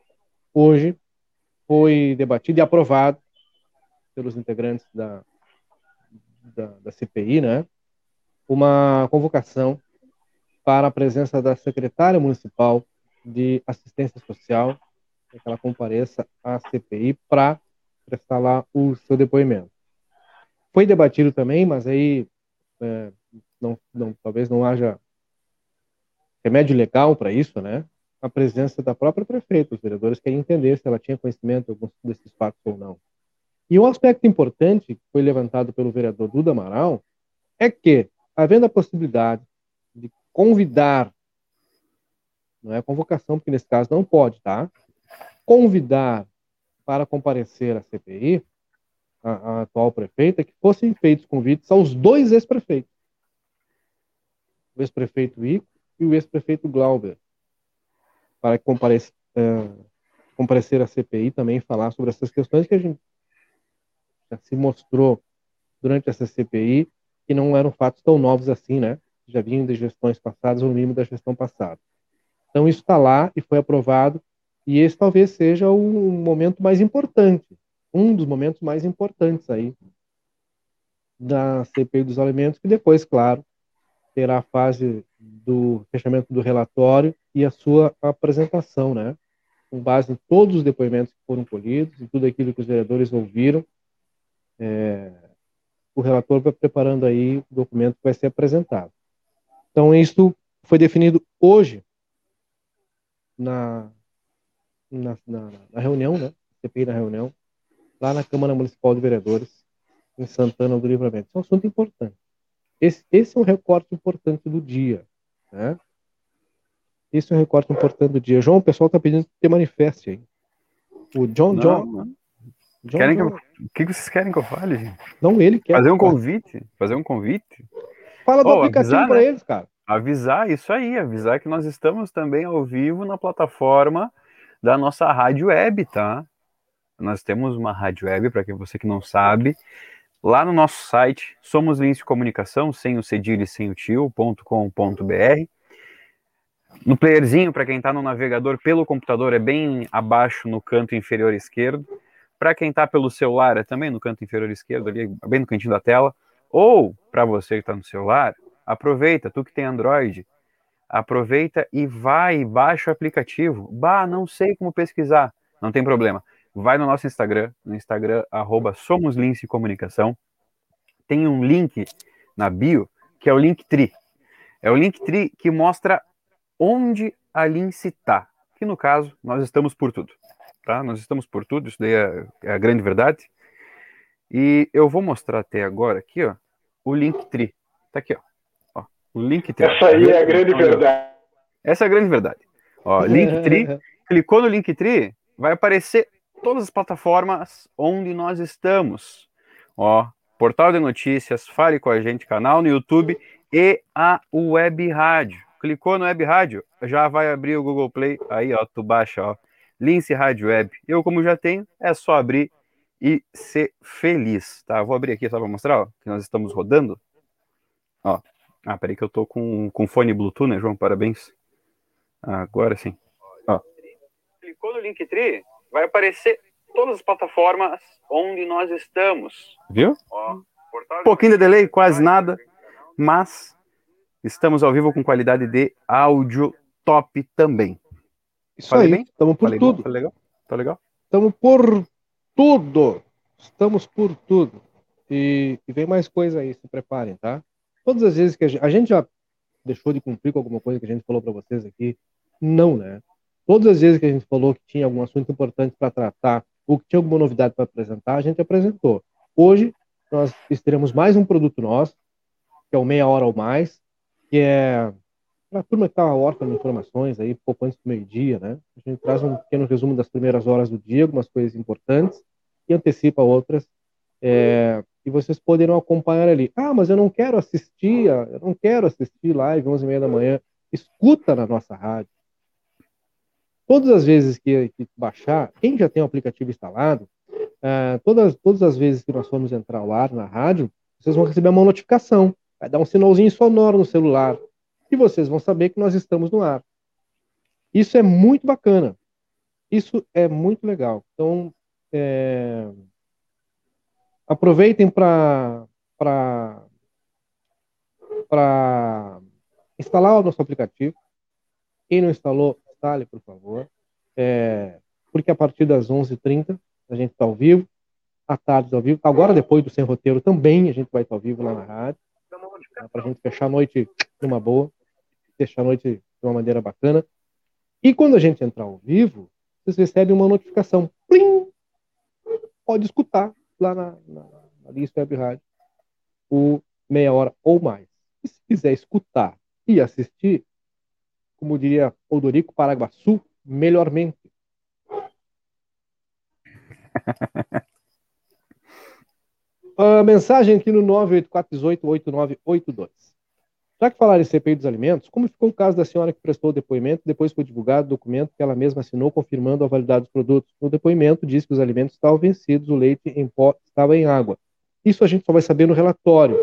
foi debatido e aprovado pelos integrantes da CPI, né? Uma convocação para a presença da secretária municipal de assistência social, para que ela compareça à CPI para prestar lá o seu depoimento. Foi debatido também, mas aí talvez não haja remédio legal para isso, né? A presença da própria prefeita. Os vereadores querem entender se ela tinha conhecimento de alguns desses fatos ou não. E um aspecto importante que foi levantado pelo vereador Duda Amaral é que, havendo a possibilidade de convidar, não é convocação, porque nesse caso não pode, tá? Convidar para comparecer à CPI, a atual prefeita, que fossem feitos convites aos dois ex-prefeitos. O ex-prefeito Ico e o ex-prefeito Glauber, para comparecer à CPI também falar sobre essas questões que a gente já se mostrou durante essa CPI, que não eram fatos tão novos assim, né? Já vinham de gestões passadas, ou no mínimo da gestão passada. Então isso está lá e foi aprovado, e esse talvez seja o momento mais importante, um dos momentos mais importantes aí da CPI dos alimentos, que depois, claro, terá a fase do fechamento do relatório e a sua apresentação, né? Com base em todos os depoimentos que foram colhidos, em tudo aquilo que os vereadores ouviram, o relator vai preparando aí o documento que vai ser apresentado. Então, isso foi definido hoje na reunião, né? CPI na reunião, lá na Câmara Municipal de Vereadores, em Santana do Livramento. Isso é um assunto importante. Esse é um recorte importante do dia, né? Esse é um recorte importante do dia. João, o pessoal está pedindo que você manifeste aí. O John. O que vocês querem que eu fale, gente? Não, ele quer. Fazer um convite? Fazer um convite? Fala do aplicativo para eles, cara. Avisar, isso aí, avisar que nós estamos também ao vivo na plataforma da nossa rádio web, tá? Nós temos uma rádio web, para você que não sabe, lá no nosso site, Somos Lince Comunicação, sem o cedilha e sem o tio.com.br. No playerzinho, para quem está no navegador pelo computador, é bem abaixo no canto inferior esquerdo. Para quem está pelo celular, é também no canto inferior esquerdo, ali, bem no cantinho da tela. Ou, para você que está no celular, aproveita, tu que tem Android, aproveita e vai e baixa o aplicativo. Não sei como pesquisar, não tem problema. Vai no nosso Instagram, @SomosLinceComunicação. Tem um link na bio, que é o Linktree. É o Linktree que mostra onde a Lince está. Que no caso, nós estamos por tudo. Tá? Nós estamos por tudo, isso daí é a grande verdade. E eu vou mostrar até agora aqui, ó, o Linktree. Tá aqui, ó. O Linktree. Essa aí é a grande verdade. Essa é a grande verdade. Ó, Linktree, clicou no Linktree, vai aparecer todas as plataformas onde nós estamos. Ó, portal de notícias, fale com a gente, canal no YouTube e a Web Rádio. Clicou no Web Rádio, já vai abrir o Google Play, aí ó, tu baixa, ó, Lince Rádio Web. Eu, como já tenho, é só abrir e ser feliz, tá? Vou abrir aqui só para mostrar, ó, que nós estamos rodando. Ó, peraí que eu tô com fone Bluetooth, né, João? Parabéns. Agora sim. Ó. Clicou no Linktree, vai aparecer todas as plataformas onde nós estamos. Viu? Ó, um pouquinho de delay, quase nada, mas estamos ao vivo com qualidade de áudio top também. Isso falei aí, estamos por tudo. Tá legal? Tá legal? Estamos por tudo. Estamos por tudo. E vem mais coisa aí, se preparem, tá? Todas as vezes que a gente já deixou de cumprir com alguma coisa que a gente falou para vocês aqui, não, né? Todas as vezes que a gente falou que tinha algum assunto importante para tratar ou que tinha alguma novidade para apresentar, a gente apresentou. Hoje, nós teremos mais um produto nosso, que é o Meia Hora ou Mais, que é para a turma que está órfã de informações, aí, pouco antes do meio-dia, né? A gente traz um pequeno resumo das primeiras horas do dia, algumas coisas importantes, e antecipa outras, e vocês poderão acompanhar ali. Mas eu não quero assistir live 11h30 da manhã. Escuta na nossa rádio. Todas as vezes que baixar, quem já tem o aplicativo instalado, todas as vezes que nós formos entrar ao ar na rádio, vocês vão receber uma notificação. Vai dar um sinalzinho sonoro no celular. E vocês vão saber que nós estamos no ar. Isso é muito bacana. Isso é muito legal. Então, aproveitem para instalar o nosso aplicativo. Quem não instalou, instale, por favor. Porque a partir das 11h30 a gente está ao vivo, à tarde ao vivo. Agora, depois do Sem Roteiro, também a gente vai estar ao vivo lá na rádio, para a gente fechar a noite numa boa, fechar a noite de uma maneira bacana. E quando a gente entrar ao vivo, vocês recebem uma notificação. Plim! Pode escutar lá na lista Web Rádio por meia hora ou mais. E se quiser escutar e assistir, como diria Odorico Paraguaçu, melhormente. A mensagem aqui no 984188982. Já que falaram em CPI dos alimentos, como ficou o caso da senhora que prestou o depoimento, depois foi divulgado o documento que ela mesma assinou confirmando a validade dos produtos. No depoimento diz que os alimentos estavam vencidos, o leite em pó estava em água. Isso a gente só vai saber no relatório.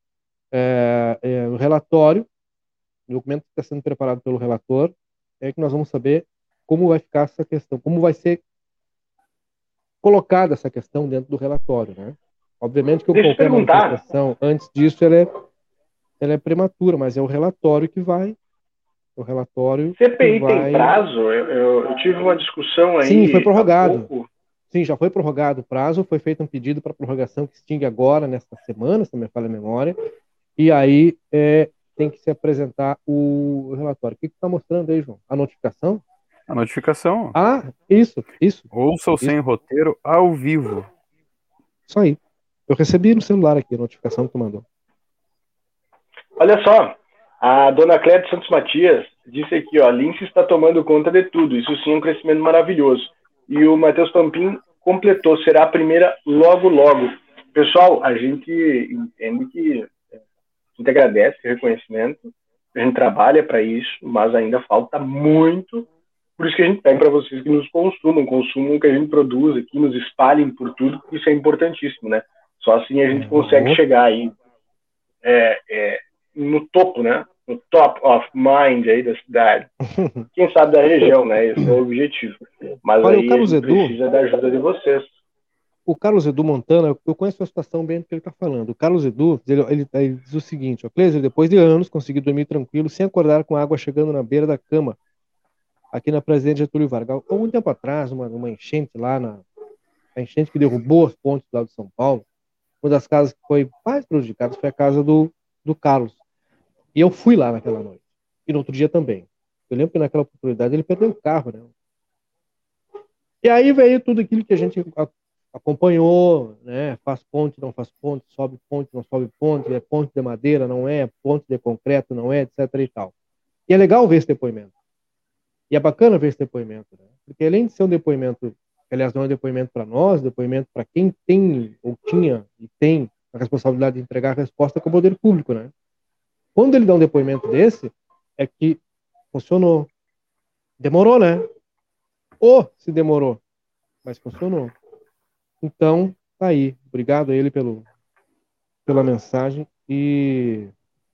O relatório, o documento que está sendo preparado pelo relator, é que nós vamos saber como vai ficar essa questão, como vai ser colocada essa questão dentro do relatório, né? Obviamente que qualquer manifestação antes disso ela é prematura, mas é o relatório que vai. O relatório. CPI tem prazo? Eu tive uma discussão aí. Sim, foi prorrogado. Sim, já foi prorrogado o prazo, foi feito um pedido para prorrogação que extingue agora, nesta semana, se não me falha a memória. E aí tem que se apresentar o relatório. O que está mostrando aí, João? A notificação? A notificação. Ah, isso. Ouça o Sem Roteiro ao vivo. Isso aí. Eu recebi no celular aqui a notificação que tu mandou. Olha só, a dona Cléia de Santos Matias disse aqui, ó, Lince está tomando conta de tudo, isso sim é um crescimento maravilhoso. E o Matheus Pampim completou, será a primeira logo, logo. Pessoal, a gente entende que a gente agradece o reconhecimento, a gente trabalha para isso, mas ainda falta muito, por isso que a gente pede para vocês que nos consumam o que a gente produz aqui, nos espalhem por tudo, isso é importantíssimo, né? Só assim a gente consegue chegar aí no topo, né? No top of mind aí da cidade. Quem sabe da região, né? Esse é o objetivo. Mas olha, aí a gente precisa da ajuda de vocês. O Carlos Edu Montana, eu conheço a situação bem do que ele está falando. O Carlos Edu, ele diz o seguinte, ó, Cleiser, depois de anos, consegui dormir tranquilo, sem acordar com a água chegando na beira da cama, aqui na Presidente Getúlio Vargas. Há algum tempo atrás, uma enchente lá, a enchente que derrubou as pontes lá de São Paulo, uma das casas que foi mais prejudicada foi a casa do Carlos. E eu fui lá naquela noite. E no outro dia também. Eu lembro que naquela oportunidade ele perdeu o carro, né? E aí veio tudo aquilo que a gente acompanhou, né? Faz ponte, não faz ponte, sobe ponte, não sobe ponte, é ponte de madeira, não é, ponte de concreto, não é, etc e tal. E é legal ver esse depoimento. E é bacana ver esse depoimento, né? Porque além de ser um depoimento, aliás, não é um depoimento para nós, depoimento para quem tem, ou tinha, e tem a responsabilidade de entregar a resposta com o poder público, né? Quando ele dá um depoimento desse, é que funcionou. Demorou, né? Se demorou, mas funcionou. Então, tá aí. Obrigado a ele pela mensagem. E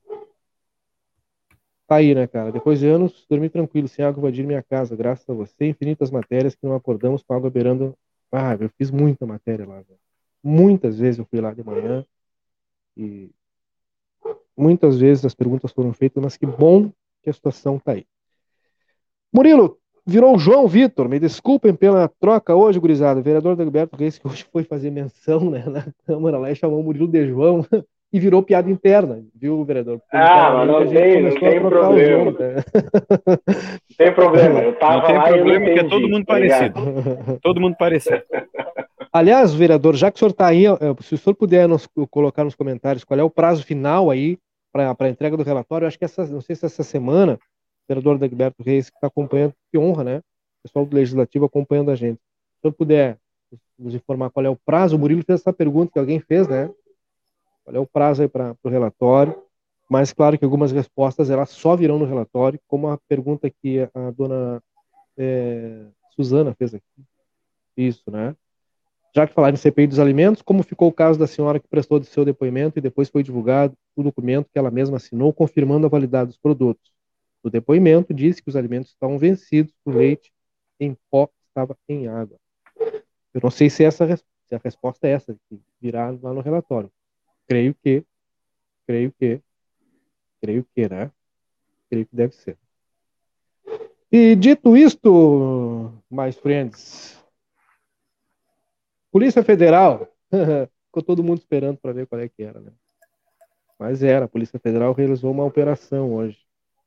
tá aí, né, cara? Depois de anos, dormi tranquilo, sem água invadir minha casa, graças a você. Infinitas matérias que não acordamos com água beirando. Ah, eu fiz muita matéria lá, velho. Muitas vezes eu fui lá de manhã e muitas vezes as perguntas foram feitas, mas que bom que a situação está aí. Murilo, virou o João Vitor. Me desculpem pela troca hoje, gurizada. O vereador Dagoberto Reis, que hoje foi fazer menção, né, na Câmara lá e chamou o Murilo de João e virou piada interna, viu, vereador? Porque mas não tem problema. Não tem problema. Eu tava não tem lá problema, porque é todo mundo parecido. Todo mundo parecido. Aliás, vereador, já que o senhor está aí, se o senhor puder colocar nos comentários qual é o prazo final aí para a entrega do relatório, eu acho que não sei se essa semana, o vereador Dagoberto Reis, que está acompanhando, que honra, né? O pessoal do Legislativo acompanhando a gente. Se o senhor puder nos informar qual é o prazo, o Murilo fez essa pergunta que alguém fez, né? Qual é o prazo aí para o relatório? Mas claro que algumas respostas elas só virão no relatório, como a pergunta que a dona Suzana fez aqui. Isso, né? Já que falaram em CPI dos alimentos, como ficou o caso da senhora que prestou seu depoimento e depois foi divulgado o documento que ela mesma assinou, confirmando a validade dos produtos. No depoimento, disse que os alimentos estavam vencidos, o leite em pó estava em água. Eu não sei se a resposta é essa, que virá lá no relatório. Creio que, né? Creio que deve ser. E dito isto, my friends, Polícia Federal, ficou todo mundo esperando para ver qual é que era, né? Mas era, a Polícia Federal realizou uma operação hoje.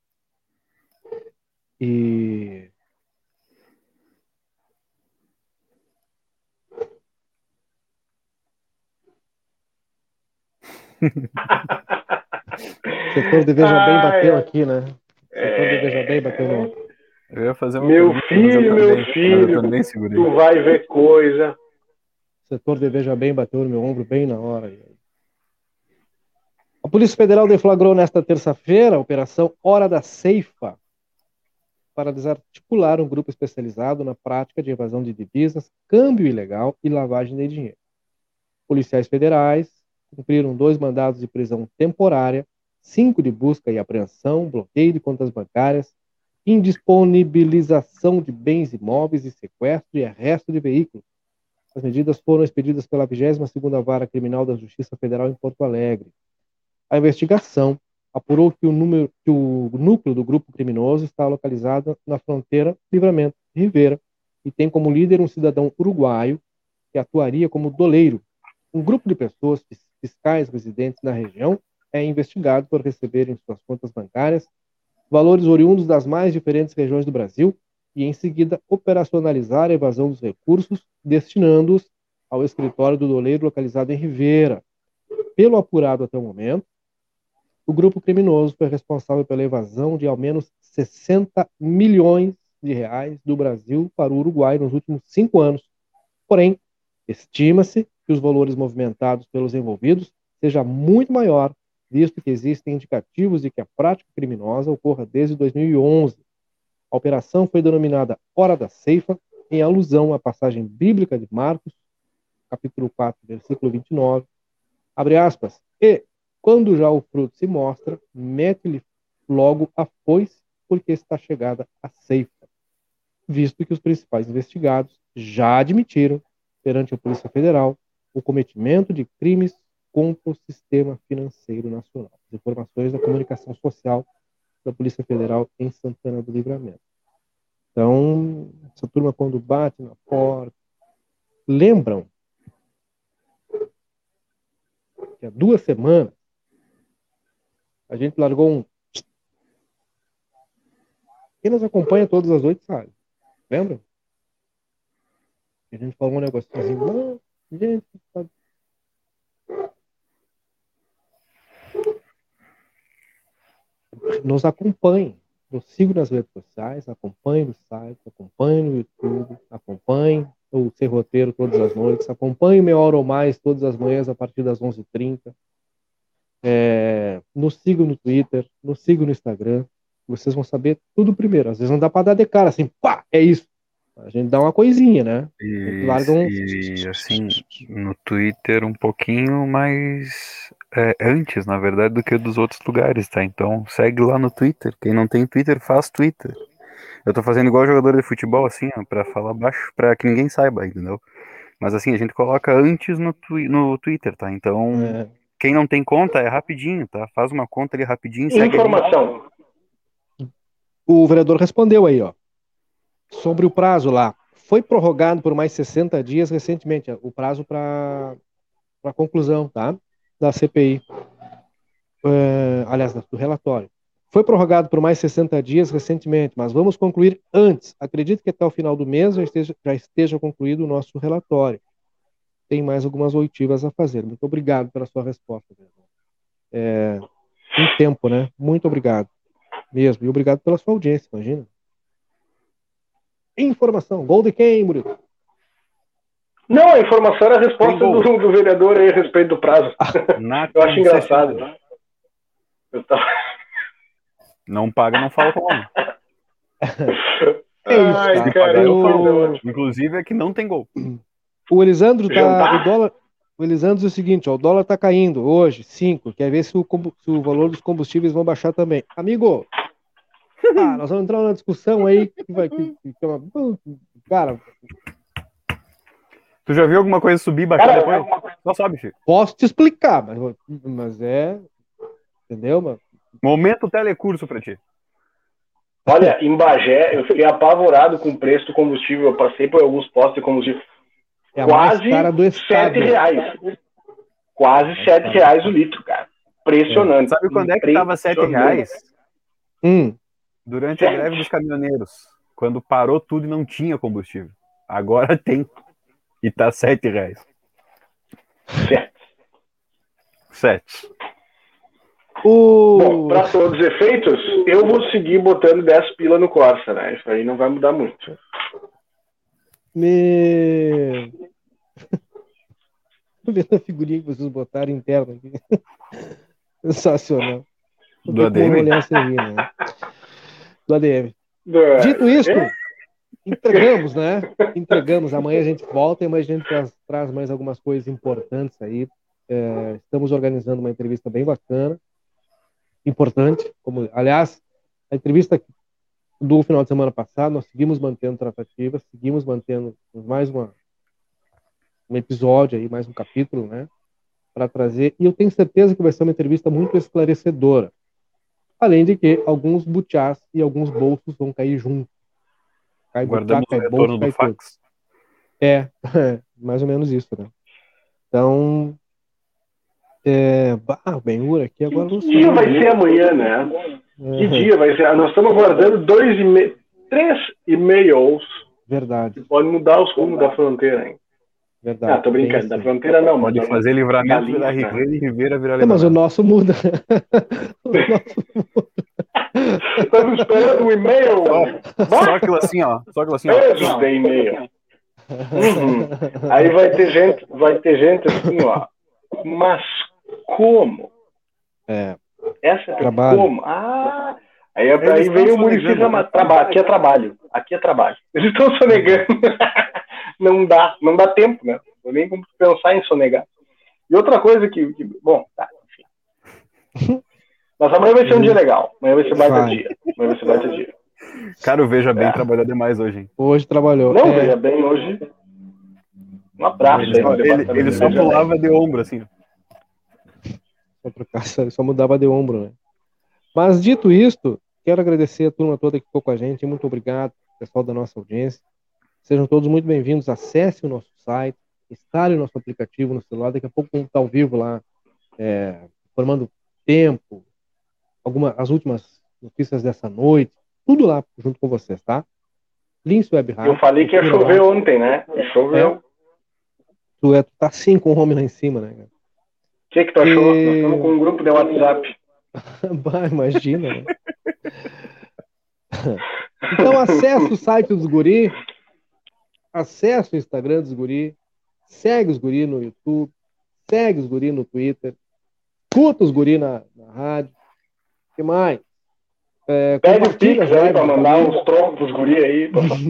E o setor de Veja Bem bateu aqui, né? O setor de Veja Bem bateu no outro. Eu ia fazer uma Meu pergunta, filho, mas eu filho, também segurei. tu vai ver coisa. O setor de Veja Bem bateu no meu ombro bem na hora. A Polícia Federal deflagrou nesta terça-feira a Operação Hora da Ceifa para desarticular um grupo especializado na prática de evasão de divisas, câmbio ilegal e lavagem de dinheiro. Policiais federais cumpriram 2 mandados de prisão temporária, 5 de busca e apreensão, bloqueio de contas bancárias, indisponibilização de bens imóveis e sequestro e arresto de veículos. As medidas foram expedidas pela 22ª Vara Criminal da Justiça Federal em Porto Alegre. A investigação apurou que o núcleo do grupo criminoso está localizado na fronteira Livramento Rivera e tem como líder um cidadão uruguaio que atuaria como doleiro. Um grupo de pessoas fiscais residentes na região é investigado por receber em suas contas bancárias valores oriundos das mais diferentes regiões do Brasil e, em seguida, operacionalizar a evasão dos recursos, destinando-os ao escritório do doleiro localizado em Rivera. Pelo apurado até o momento, o grupo criminoso foi responsável pela evasão de ao menos 60 milhões de reais do Brasil para o Uruguai nos últimos 5 anos. Porém, estima-se que os valores movimentados pelos envolvidos seja muito maior, visto que existem indicativos de que a prática criminosa ocorra desde 2011. A operação foi denominada Hora da Ceifa, em alusão à passagem bíblica de Marcos, capítulo 4, versículo 29, abre aspas, e, quando já o fruto se mostra, mete-lhe logo a foice, porque está chegada a ceifa, visto que os principais investigados já admitiram, perante a Polícia Federal, o cometimento de crimes contra o sistema financeiro nacional. As informações da comunicação social da Polícia Federal em Santana do Livramento. Então, essa turma quando bate na porta, lembram que há 2 semanas a gente largou um... Quem nos acompanha todas as noites sabe. Lembra? A gente falou um negocinho assim, gente, sabe? Nos acompanhem. Nos sigam nas redes sociais, acompanhem no site, acompanhem no YouTube, acompanhem o Sem Roteiro todas as noites, acompanhem Meia Hora ou Mais todas as manhãs a partir das 11h30. Nos sigam no Twitter, nos sigam no Instagram. Vocês vão saber tudo primeiro. Às vezes não dá para dar de cara assim, pá, é isso. A gente dá uma coisinha, né? E assim, no Twitter um pouquinho mais antes, na verdade, do que dos outros lugares, tá? Então segue lá no Twitter. Quem não tem Twitter, faz Twitter. Eu tô fazendo igual jogador de futebol, assim, ó, pra falar baixo, pra que ninguém saiba, entendeu? Mas assim, a gente coloca antes no Twitter, tá? Então, quem não tem conta é rapidinho, tá? Faz uma conta ali rapidinho, segue informação. Ali. O vereador respondeu aí, ó. Sobre o prazo lá. Foi prorrogado por mais 60 dias recentemente, o prazo para conclusão, tá? Da CPI. Aliás, do relatório. Foi prorrogado por mais 60 dias recentemente, mas vamos concluir antes. Acredito que até o final do mês já esteja concluído o nosso relatório. Tem mais algumas oitivas a fazer. Muito obrigado pela sua resposta. Em tempo, né? Muito obrigado. Mesmo. E obrigado pela sua audiência, imagina. Informação. Gol de quem, Murilo? Não, a informação era a resposta do vereador aí a respeito do prazo. Eu acho engraçado. Não paga, não fala com homem. Ai, cara, Inclusive é que não tem gol. O Elisandro tá... O Elisandro diz o seguinte, ó, o dólar tá caindo hoje, 5. Quer ver se o valor dos combustíveis vão baixar também. Amigo, nós vamos entrar numa discussão aí que é uma... Cara... Tu já viu alguma coisa subir e baixar depois? Só sobe, filho. Posso te explicar, mas entendeu, mano? Momento telecurso pra ti. Olha, em Bagé, eu fiquei apavorado com o preço do combustível. Eu passei por alguns postos de combustível. É a Quase mais cara do estado. R$7. Quase R$7 o litro, cara. Impressionante. Sabe quando é que tava R$7? Durante a greve dos caminhoneiros. Quando parou tudo e não tinha combustível. Agora tem. E tá R$7. 7. Bom, para todos os efeitos, eu vou seguir botando 10 pila no Corsa, né? Isso aí não vai mudar muito. Tô vendo a figurinha que vocês botaram interna aqui. Sensacional. Do ADM? Né? Do ADM. Dito isto, entregamos, né? Entregamos. Amanhã a gente volta e amanhã a gente traz mais algumas coisas importantes aí. Estamos organizando uma entrevista bem bacana, importante. Aliás, a entrevista do final de semana passado, nós seguimos mantendo tratativas, seguimos mantendo mais um episódio aí, mais um capítulo, né? Para trazer. E eu tenho certeza que vai ser uma entrevista muito esclarecedora. Além de que alguns butiás e alguns bolsos vão cair junto. Guardamos o retorno do fax. Mais ou menos isso, né? Então, Benhur aqui agora não sei. Que dia vai ser amanhã, né? Que dia vai ser? Nós estamos aguardando 3 e-mails. Verdade. Que podem mudar os rumos da fronteira, hein? Verdade. Tô brincando. Da fronteira não. Pode fazer livramento virar Ribeira e Ribeira virar livramento. Mas o nosso muda. Estamos esperando um e-mail. Só aquilo assim, ó. Beijos de e-mail. Aí vai ter gente assim, ó. Mas como? Essa trabalho. Como? Aí veio o município. Aqui é trabalho. Eles estão sonegando. Não dá tempo, né? Não nem como pensar em sonegar. E outra coisa bom, tá, enfim. Mas amanhã vai ser um dia legal. Amanhã vai ser baita dia. Cara, o Veja Bem trabalhou demais hoje, hein? Hoje trabalhou. Não, Veja Bem hoje. Um abraço. Ele só pulava de ombro, assim. Só mudava de ombro, né? Mas dito isto, quero agradecer a turma toda que ficou com a gente. Muito obrigado, pessoal da nossa audiência. Sejam todos muito bem-vindos. Acesse o nosso site, instale o nosso aplicativo no celular. Daqui a pouco vamos estar ao vivo lá, formando tempo, as últimas notícias dessa noite, tudo lá junto com vocês, tá? Lince Web Rádio. Eu falei que ia chover ontem, né? Choveu. Tu tá assim com o home lá em cima, né? O que tu achou? Nós estamos com um grupo de WhatsApp. Imagina, né? Então acesse o site dos guri, acesse o Instagram dos guri, segue os guri no YouTube, segue os guri no Twitter, escuta os guri na rádio. O que mais? Pede o Pix aí pra mandar uns trocos pros guri aí.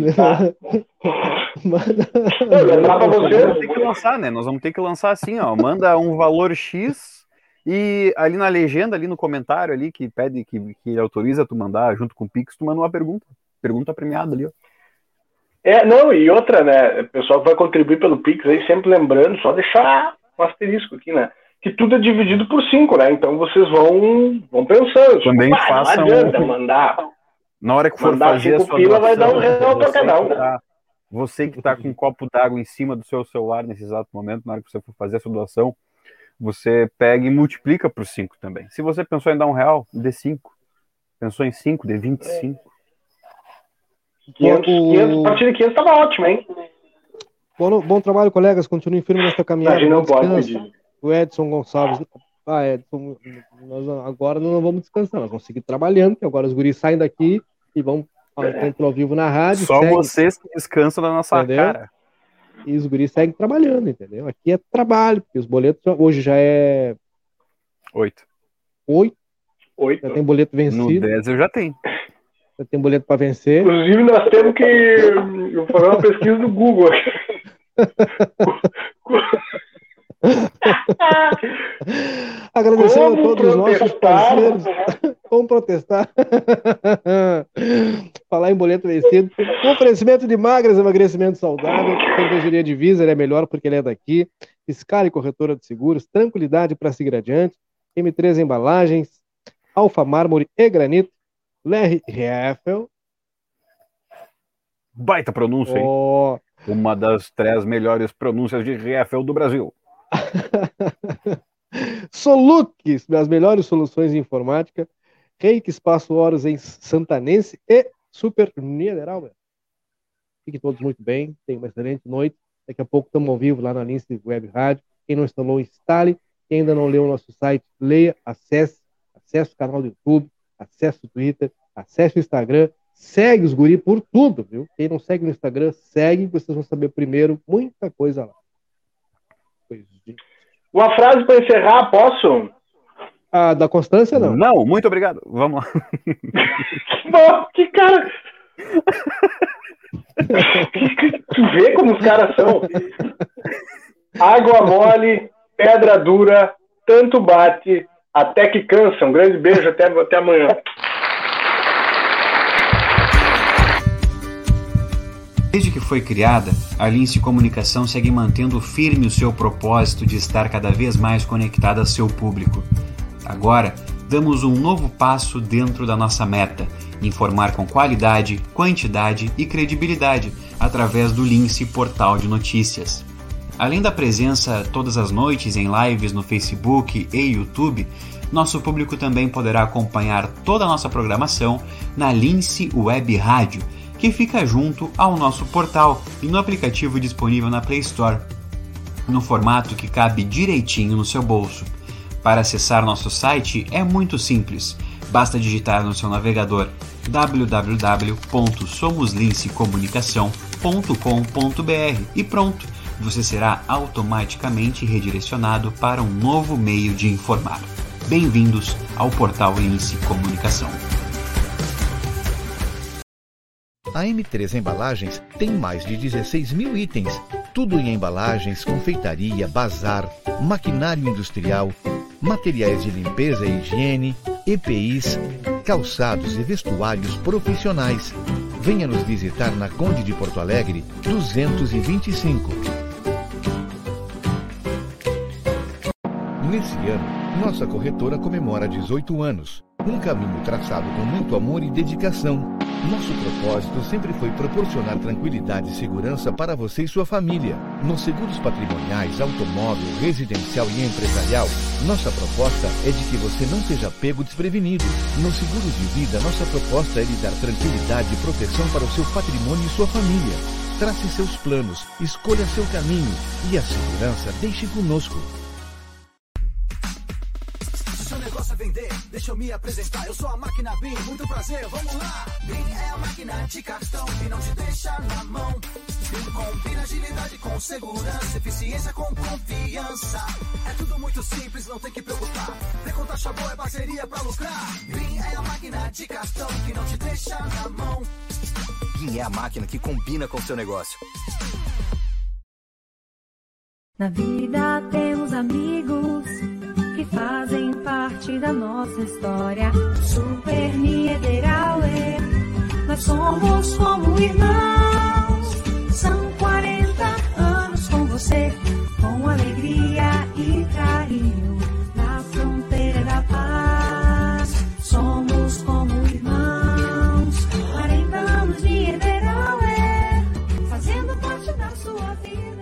Tem que lançar, né? Nós vamos ter que lançar assim, ó. Manda um valor X e ali na legenda, ali no comentário ali, que pede, que autoriza tu mandar junto com o Pix, tu manda uma pergunta. Pergunta premiada ali, ó. E outra, né? O pessoal que vai contribuir pelo Pix aí, sempre lembrando, só deixar um asterisco aqui, né? Que tudo é dividido por 5, né? Então vocês vão pensando. Também façam. Não adianta mandar. Na hora que for fazer a sua pila, vai dar R$1 pra cada um. Você que tá com um copo d'água em cima do seu celular nesse exato momento, na hora que você for fazer a sua doação, você pega e multiplica por 5 também. Se você pensou em dar R$1, dê 5. Pensou em 5, dê 25. 500, a partir de 500 tava ótimo, hein? Bom trabalho, colegas. Continuem firme nesta caminhada. A gente não pode pedir. O Edson Gonçalves. Edson, nós agora não vamos descansar, nós vamos seguir trabalhando, porque agora os guris saem daqui e vão ao vivo na rádio. Só vocês que descansam na nossa cara. E os guris seguem trabalhando, entendeu? Aqui é trabalho, porque os boletos hoje já é 8. Já tem boleto vencido. No 10 eu já tenho. Já tem boleto para vencer. Inclusive, nós temos que fazer uma pesquisa no Google. Agradecendo a todos os nossos parceiros. Vamos protestar. Falar em boleto vencido. Oferecimento de Magras, emagrecimento saudável. Cervejaria Divisa, ele é melhor porque ele é daqui. Fiscal e corretora de seguros. Tranquilidade para seguir adiante. M3 Embalagens. Alfa Mármore e Granito. Larry Heffel. Baita pronúncia, hein? Uma das 3 melhores pronúncias de Heffel do Brasil. Soluques, das melhores soluções em informática. Reiki Espaço Horus em Santanense e Super Niederauer. Fiquem todos muito bem, tenham uma excelente noite. Daqui a pouco estamos ao vivo lá na Lince Web Rádio. Quem não instalou, instale. Quem ainda não leu o nosso site, leia, acesse o canal do YouTube, acesse o Twitter, acesse o Instagram, segue os guri por tudo, viu? Quem não segue no Instagram, segue, vocês vão saber primeiro muita coisa lá. Uma frase para encerrar, posso? A da Constância, não? Não, muito obrigado. Vamos lá. Bom, que cara... Tu vê como os caras são? Água mole, pedra dura, tanto bate, até que cansa. Um grande beijo, até amanhã. Desde que foi criada, a Lince Comunicação segue mantendo firme o seu propósito de estar cada vez mais conectada ao seu público. Agora, damos um novo passo dentro da nossa meta: informar com qualidade, quantidade e credibilidade através do Lince Portal de Notícias. Além da presença todas as noites em lives no Facebook e YouTube, nosso público também poderá acompanhar toda a nossa programação na Lince Web Rádio, que fica junto ao nosso portal e no aplicativo disponível na Play Store, no formato que cabe direitinho no seu bolso. Para acessar nosso site é muito simples, basta digitar no seu navegador www.somoslincecomunicação.com.br e pronto, você será automaticamente redirecionado para um novo meio de informar. Bem-vindos ao portal Lince Comunicação. A M3 Embalagens tem mais de 16 mil itens, tudo em embalagens, confeitaria, bazar, maquinário industrial, materiais de limpeza e higiene, EPIs, calçados e vestuários profissionais. Venha nos visitar na Conde de Porto Alegre, 225. Nesse ano, nossa corretora comemora 18 anos. Um caminho traçado com muito amor e dedicação. Nosso propósito sempre foi proporcionar tranquilidade e segurança para você e sua família. Nos seguros patrimoniais, automóvel, residencial e empresarial, nossa proposta é de que você não seja pego desprevenido. Nos seguros de vida, nossa proposta é lhe dar tranquilidade e proteção para o seu patrimônio e sua família. Trace seus planos, escolha seu caminho e a segurança deixe conosco. Vender, deixa eu me apresentar, eu sou a Máquina BIM, muito prazer, vamos lá. BIM é a máquina de cartão que não te deixa na mão. BIM combina agilidade com segurança, eficiência com confiança. É tudo muito simples, não tem que preocupar. Vem com taxa boa, é parceria pra lucrar. BIM é a máquina de cartão que não te deixa na mão. BIM é a máquina que combina com o seu negócio. Na vida temos amigos que fazem parte da nossa história. Super Niederauer, nós somos como irmãos. São 40 anos com você, com alegria e carinho, na fronteira da paz. Somos como irmãos, 40 anos de Niederauer, fazendo parte da sua vida.